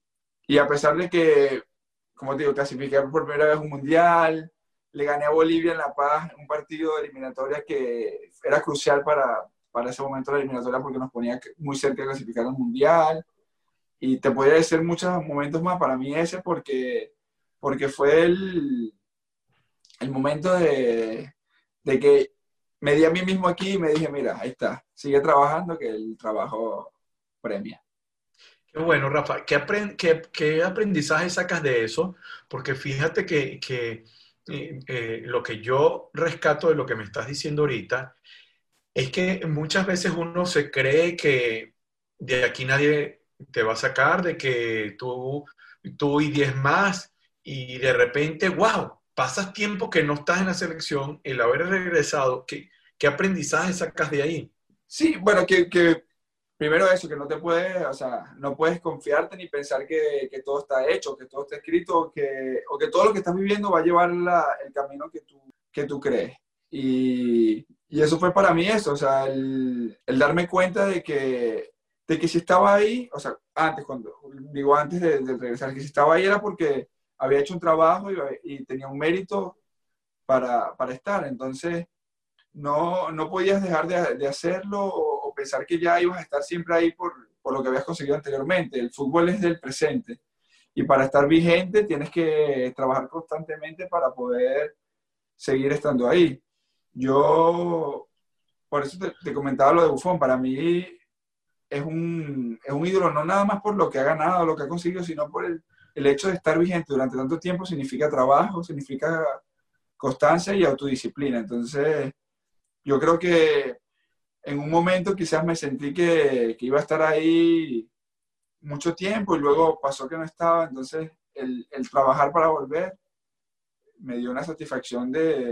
Y a pesar de que, como te digo, clasifiqué por primera vez un mundial, le gané a Bolivia en La Paz, un partido de eliminatoria que era crucial para ese momento de la eliminatoria porque nos ponía muy cerca de clasificar al mundial. Y te podría decir muchos momentos más, para mí ese, porque fue el momento de que me di a mí mismo aquí y me dije, mira, ahí está, sigue trabajando que el trabajo premia. Qué bueno, Rafa. ¿Qué aprendizaje sacas de eso? Porque fíjate que lo que yo rescato de lo que me estás diciendo ahorita es que muchas veces uno se cree que de aquí nadie te va a sacar, de que tú y 10 más, y de repente, wow, pasas tiempo que no estás en la selección, el haber regresado, ¿qué aprendizaje sacas de ahí? Sí, bueno, que primero eso, que no te puedes, o sea, no puedes confiarte ni pensar que todo está hecho, que todo está escrito, o que todo lo que estás viviendo va a llevar el camino que tú crees. Y eso fue para mí eso, o sea, el darme cuenta de que si estaba ahí, o sea, antes, digo antes de regresar, que si estaba ahí era porque había hecho un trabajo y tenía un mérito para estar. Entonces, no podías dejar de hacerlo o pensar que ya ibas a estar siempre ahí por lo que habías conseguido anteriormente. El fútbol es del presente y para estar vigente tienes que trabajar constantemente para poder seguir estando ahí. Yo, por eso te comentaba lo de Buffon, para mí es un ídolo no nada más por lo que ha ganado, lo que ha conseguido, sino por el hecho de estar vigente durante tanto tiempo significa trabajo, significa constancia y autodisciplina. Entonces, yo creo que en un momento quizás me sentí que iba a estar ahí mucho tiempo y luego pasó que no estaba, entonces el trabajar para volver me dio una satisfacción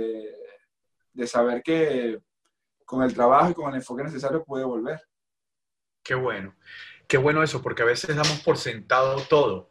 de saber que con el trabajo y con el enfoque necesario pude volver. Qué bueno. Qué bueno eso, porque a veces damos por sentado todo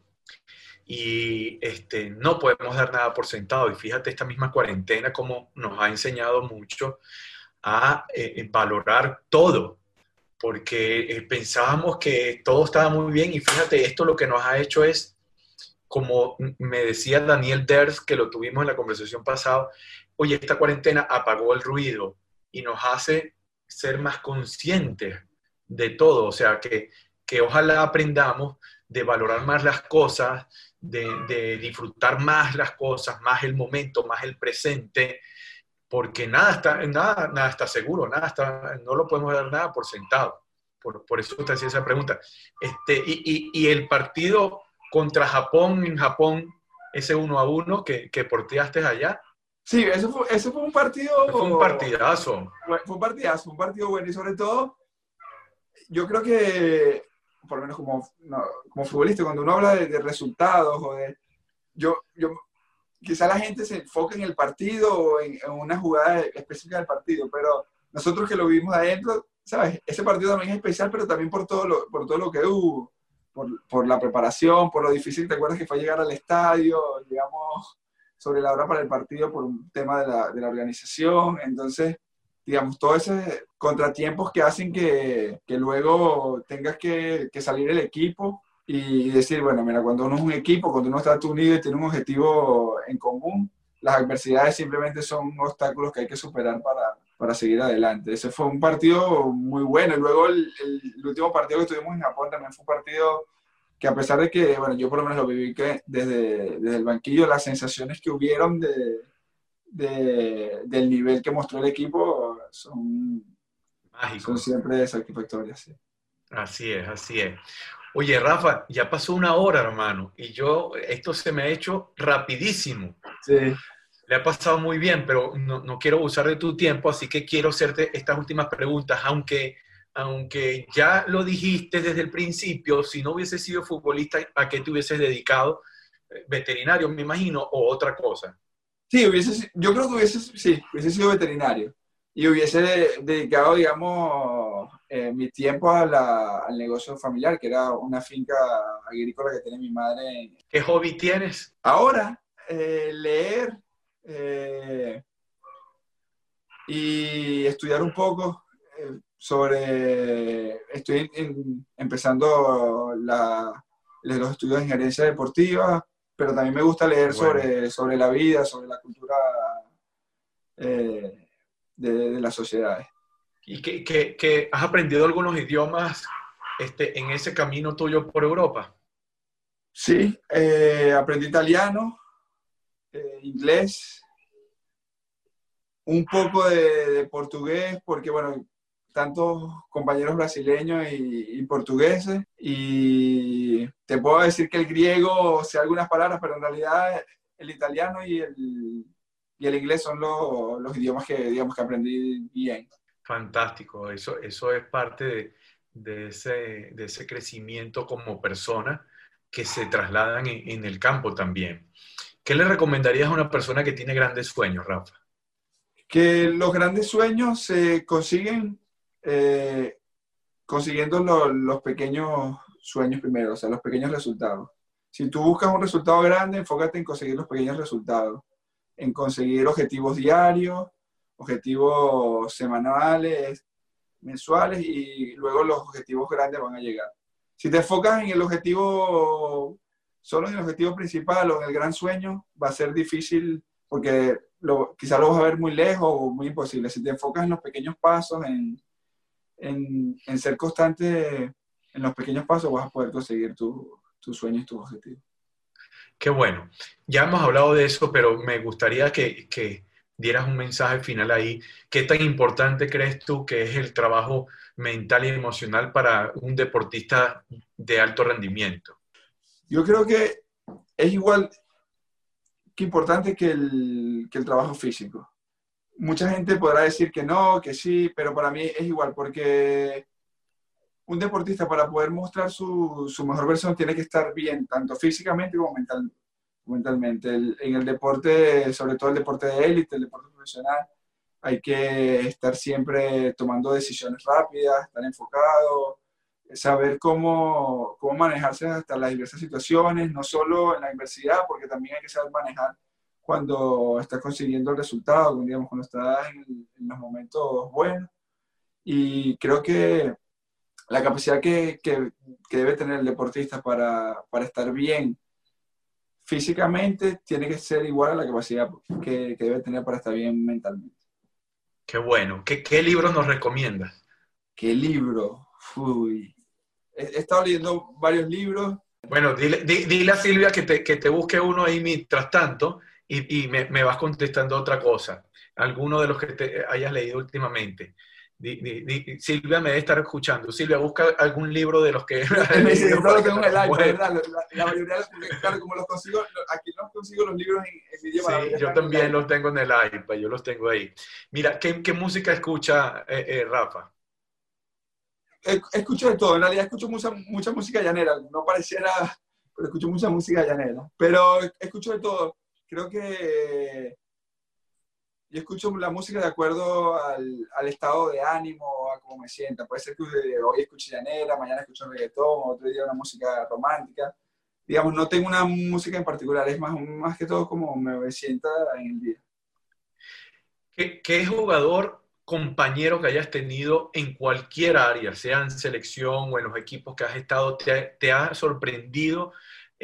y no podemos dar nada por sentado. Y fíjate, esta misma cuarentena como nos ha enseñado mucho a valorar todo, porque pensábamos que todo estaba muy bien y fíjate, esto lo que nos ha hecho es, como me decía Daniel Ders, que lo tuvimos en la conversación pasada, oye, esta cuarentena apagó el ruido y nos hace ser más conscientes de todo, o sea, que ojalá aprendamos de valorar más las cosas, de disfrutar más las cosas, más el momento, más el presente, porque nada está seguro, no lo podemos dar nada por sentado. Por eso te hacía esa pregunta. Y el partido contra Japón en Japón, ese 1-1 que porteaste allá. Sí, eso fue un partido. Fue un partidazo. Fue un partidazo, un partido bueno y sobre todo, yo creo que, por lo menos como futbolista, cuando uno habla de resultados yo quizá la gente se enfoca en el partido o en una jugada específica del partido, pero nosotros que lo vivimos adentro, ¿sabes? Ese partido también es especial, pero también por por todo lo que hubo, por la preparación, por lo difícil, ¿te acuerdas que fue llegar al estadio? Llegamos sobre la hora para el partido por un tema de la organización, entonces, digamos, todos esos contratiempos que hacen que luego tengas que salir el equipo y decir, bueno, mira, cuando uno es un equipo, cuando uno está unido y tiene un objetivo en común, las adversidades simplemente son obstáculos que hay que superar para seguir adelante. Ese fue un partido muy bueno. Y luego el último partido que tuvimos en Japón también fue un partido que a pesar de que, bueno, yo por lo menos lo viví que desde el banquillo, las sensaciones que hubieron del nivel que mostró el equipo son siempre satisfactorias. Sí. Así es, así es. Oye, Rafa, ya pasó una hora, hermano, y esto se me ha hecho rapidísimo. Sí. Le ha pasado muy bien, pero no quiero abusar de tu tiempo, así que quiero hacerte estas últimas preguntas, aunque ya lo dijiste desde el principio, si no hubieses sido futbolista, ¿a qué te hubieses dedicado? Veterinario, me imagino, o otra cosa. Sí, yo creo que hubiese sido veterinario y hubiese dedicado, digamos, mi tiempo al negocio familiar, que era una finca agrícola que tiene mi madre. ¿Qué hobby tienes? Ahora, leer y estudiar un poco estoy empezando los estudios de ingeniería deportiva, pero también me gusta leer Bueno. sobre la vida, sobre la cultura de las sociedades. ¿Y que has aprendido algunos idiomas en ese camino tuyo por Europa? Sí, aprendí italiano, inglés, un poco de portugués, porque bueno, tantos compañeros brasileños y portugueses, y te puedo decir que el griego sé algunas palabras, pero en realidad el italiano y el inglés son los idiomas que, digamos, que aprendí bien. Fantástico, eso es parte de ese crecimiento como persona que se trasladan en el campo también. ¿Qué le recomendarías a una persona que tiene grandes sueños, Rafa? Que los grandes sueños se consiguen consiguiendo los pequeños sueños primero, o sea, los pequeños resultados. Si tú buscas un resultado grande, enfócate en conseguir los pequeños resultados, en conseguir objetivos diarios, objetivos semanales, mensuales, y luego los objetivos grandes van a llegar. Si te enfocas en el objetivo, solo en el objetivo principal o en el gran sueño, va a ser difícil porque quizás lo vas a ver muy lejos o muy imposible. Si te enfocas en los pequeños pasos, en ser constante en los pequeños pasos, vas a poder conseguir tus sueños y tus objetivos. Qué bueno. Ya hemos hablado de eso, pero me gustaría que dieras un mensaje final ahí. ¿Qué tan importante crees tú que es el trabajo mental y emocional para un deportista de alto rendimiento? Yo creo que es igual que importante que el trabajo físico. Mucha gente podrá decir que no, que sí, pero para mí es igual, porque un deportista para poder mostrar su mejor versión tiene que estar bien, tanto físicamente como mentalmente. En el deporte, sobre todo el deporte de élite, el deporte profesional, hay que estar siempre tomando decisiones rápidas, estar enfocado, saber cómo manejarse hasta las diversas situaciones, no solo en la adversidad, porque también hay que saber manejar cuando estás consiguiendo el resultado, digamos, cuando estás en los momentos buenos. Y creo que la capacidad que debe tener el deportista para estar bien físicamente tiene que ser igual a la capacidad que debe tener para estar bien mentalmente. Qué bueno. ¿Qué libros nos recomiendas? ¿Qué libro? Uy. He estado leyendo varios libros. Bueno, dile a Silvia que te busque uno ahí mientras tanto y me vas contestando otra cosa. Alguno de los que te hayas leído últimamente. Silvia me debe estar escuchando. Silvia, busca algún libro de los que has leído. No lo tengo en el iPad, ¿verdad? La mayoría, claro, como los consigo, aquí no consigo los libros en idioma. Sí, yo también los tengo en el iPad, yo los tengo ahí. Mira, ¿qué música escucha Rafa? Escucho de todo, en realidad escucho mucha música llanera, no pareciera, pero escucho mucha música llanera. Pero escucho de todo. Creo que yo escucho la música de acuerdo al estado de ánimo, a cómo me sienta. Puede ser que hoy escuche llanera, mañana escucho reggaetón, otro día una música romántica. Digamos, no tengo una música en particular, es más que todo como me sienta en el día. ¿Qué jugador, compañero que hayas tenido en cualquier área, sea en selección o en los equipos que has estado, te ha sorprendido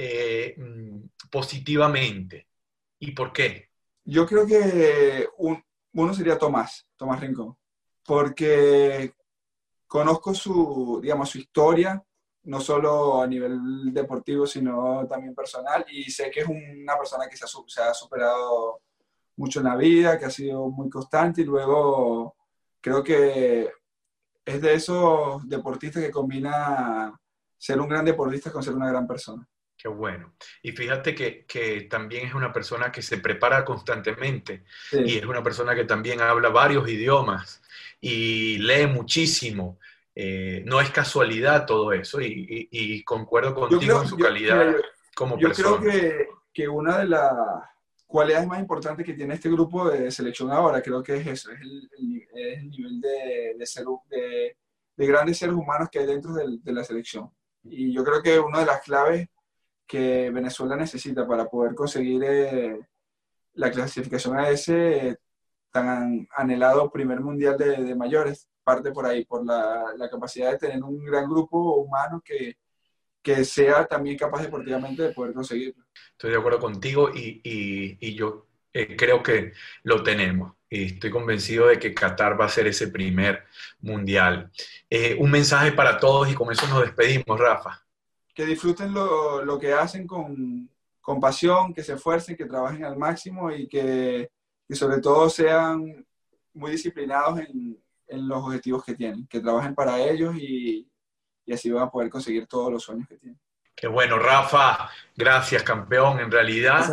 positivamente? ¿Y por qué? Yo creo que uno sería Tomás Rincón, porque conozco digamos, su historia, no solo a nivel deportivo, sino también personal, y sé que es una persona que se ha superado mucho en la vida, que ha sido muy constante, y luego creo que es de esos deportistas que combina ser un gran deportista con ser una gran persona. Qué bueno. Y fíjate que también es una persona que se prepara constantemente y Sí. es una persona que también habla varios idiomas y lee muchísimo. No es casualidad todo eso y concuerdo contigo en su calidad como Yo creo persona. que una de las cualidades más importantes que tiene este grupo de selección ahora, creo que es eso, es el nivel de grandes seres humanos que hay dentro de la selección. Y yo creo que una de las claves que Venezuela necesita para poder conseguir la clasificación a ese tan anhelado primer mundial de mayores, parte por ahí, por la capacidad de tener un gran grupo humano que sea también capaz deportivamente de poder conseguirlo. Estoy de acuerdo contigo y yo creo que lo tenemos. Y estoy convencido de que Qatar va a ser ese primer mundial. Un mensaje para todos y con eso nos despedimos, Rafa. Que disfruten lo que hacen con pasión, que se esfuercen, que trabajen al máximo y que sobre todo sean muy disciplinados en los objetivos que tienen, que trabajen para ellos y así van a poder conseguir todos los sueños que tienen. Qué bueno, Rafa. Gracias, campeón. En realidad,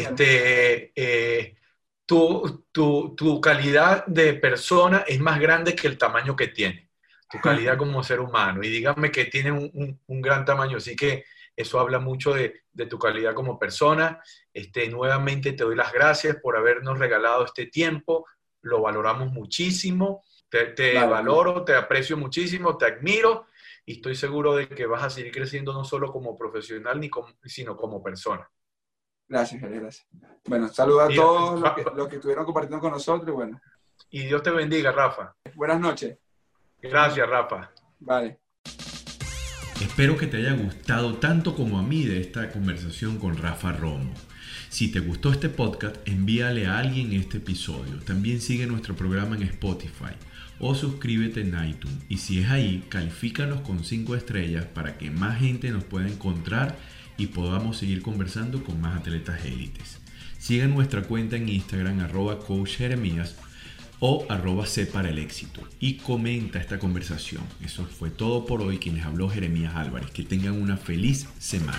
tu calidad de persona es más grande que el tamaño que tiene. Tu calidad como ser humano. Y dígame que tiene un gran tamaño. Así que eso habla mucho de tu calidad como persona. Nuevamente te doy las gracias por habernos regalado este tiempo. Lo valoramos muchísimo. Te valoro, te aprecio muchísimo, te admiro. Y estoy seguro de que vas a seguir creciendo no solo como profesional, sino como persona. Gracias, Jerez, gracias. Bueno, saludos a todos los que estuvieron compartiendo con nosotros. Bueno. Y Dios te bendiga, Rafa. Buenas noches. Gracias, Rafa. Vale. Espero que te haya gustado tanto como a mí de esta conversación con Rafa Romo. Si te gustó este podcast, envíale a alguien este episodio. También sigue nuestro programa en Spotify o suscríbete en iTunes. Y si es ahí, califícanos con 5 estrellas para que más gente nos pueda encontrar y podamos seguir conversando con más atletas élites. Sigue nuestra cuenta en Instagram @coachjeremías o @C para el éxito y comenta esta conversación. Eso fue todo por hoy. Quienes habló Jeremías Álvarez. Que tengan una feliz semana.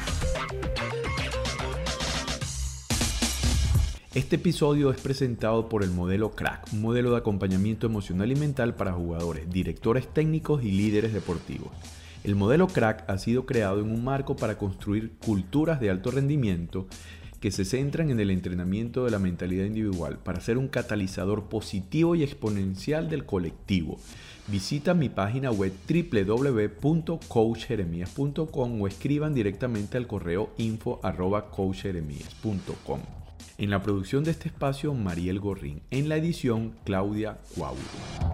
Este episodio es presentado por el modelo CRACK, un modelo de acompañamiento emocional y mental para jugadores, directores técnicos y líderes deportivos. El modelo CRACK ha sido creado en un marco para construir culturas de alto rendimiento que se centran en el entrenamiento de la mentalidad individual para ser un catalizador positivo y exponencial del colectivo. Visita mi página web www.coachjeremías.com o escriban directamente al correo info@coachjeremías.com. En la producción de este espacio, Mariel Gorrín. En la edición, Claudia Cuauhtémoc.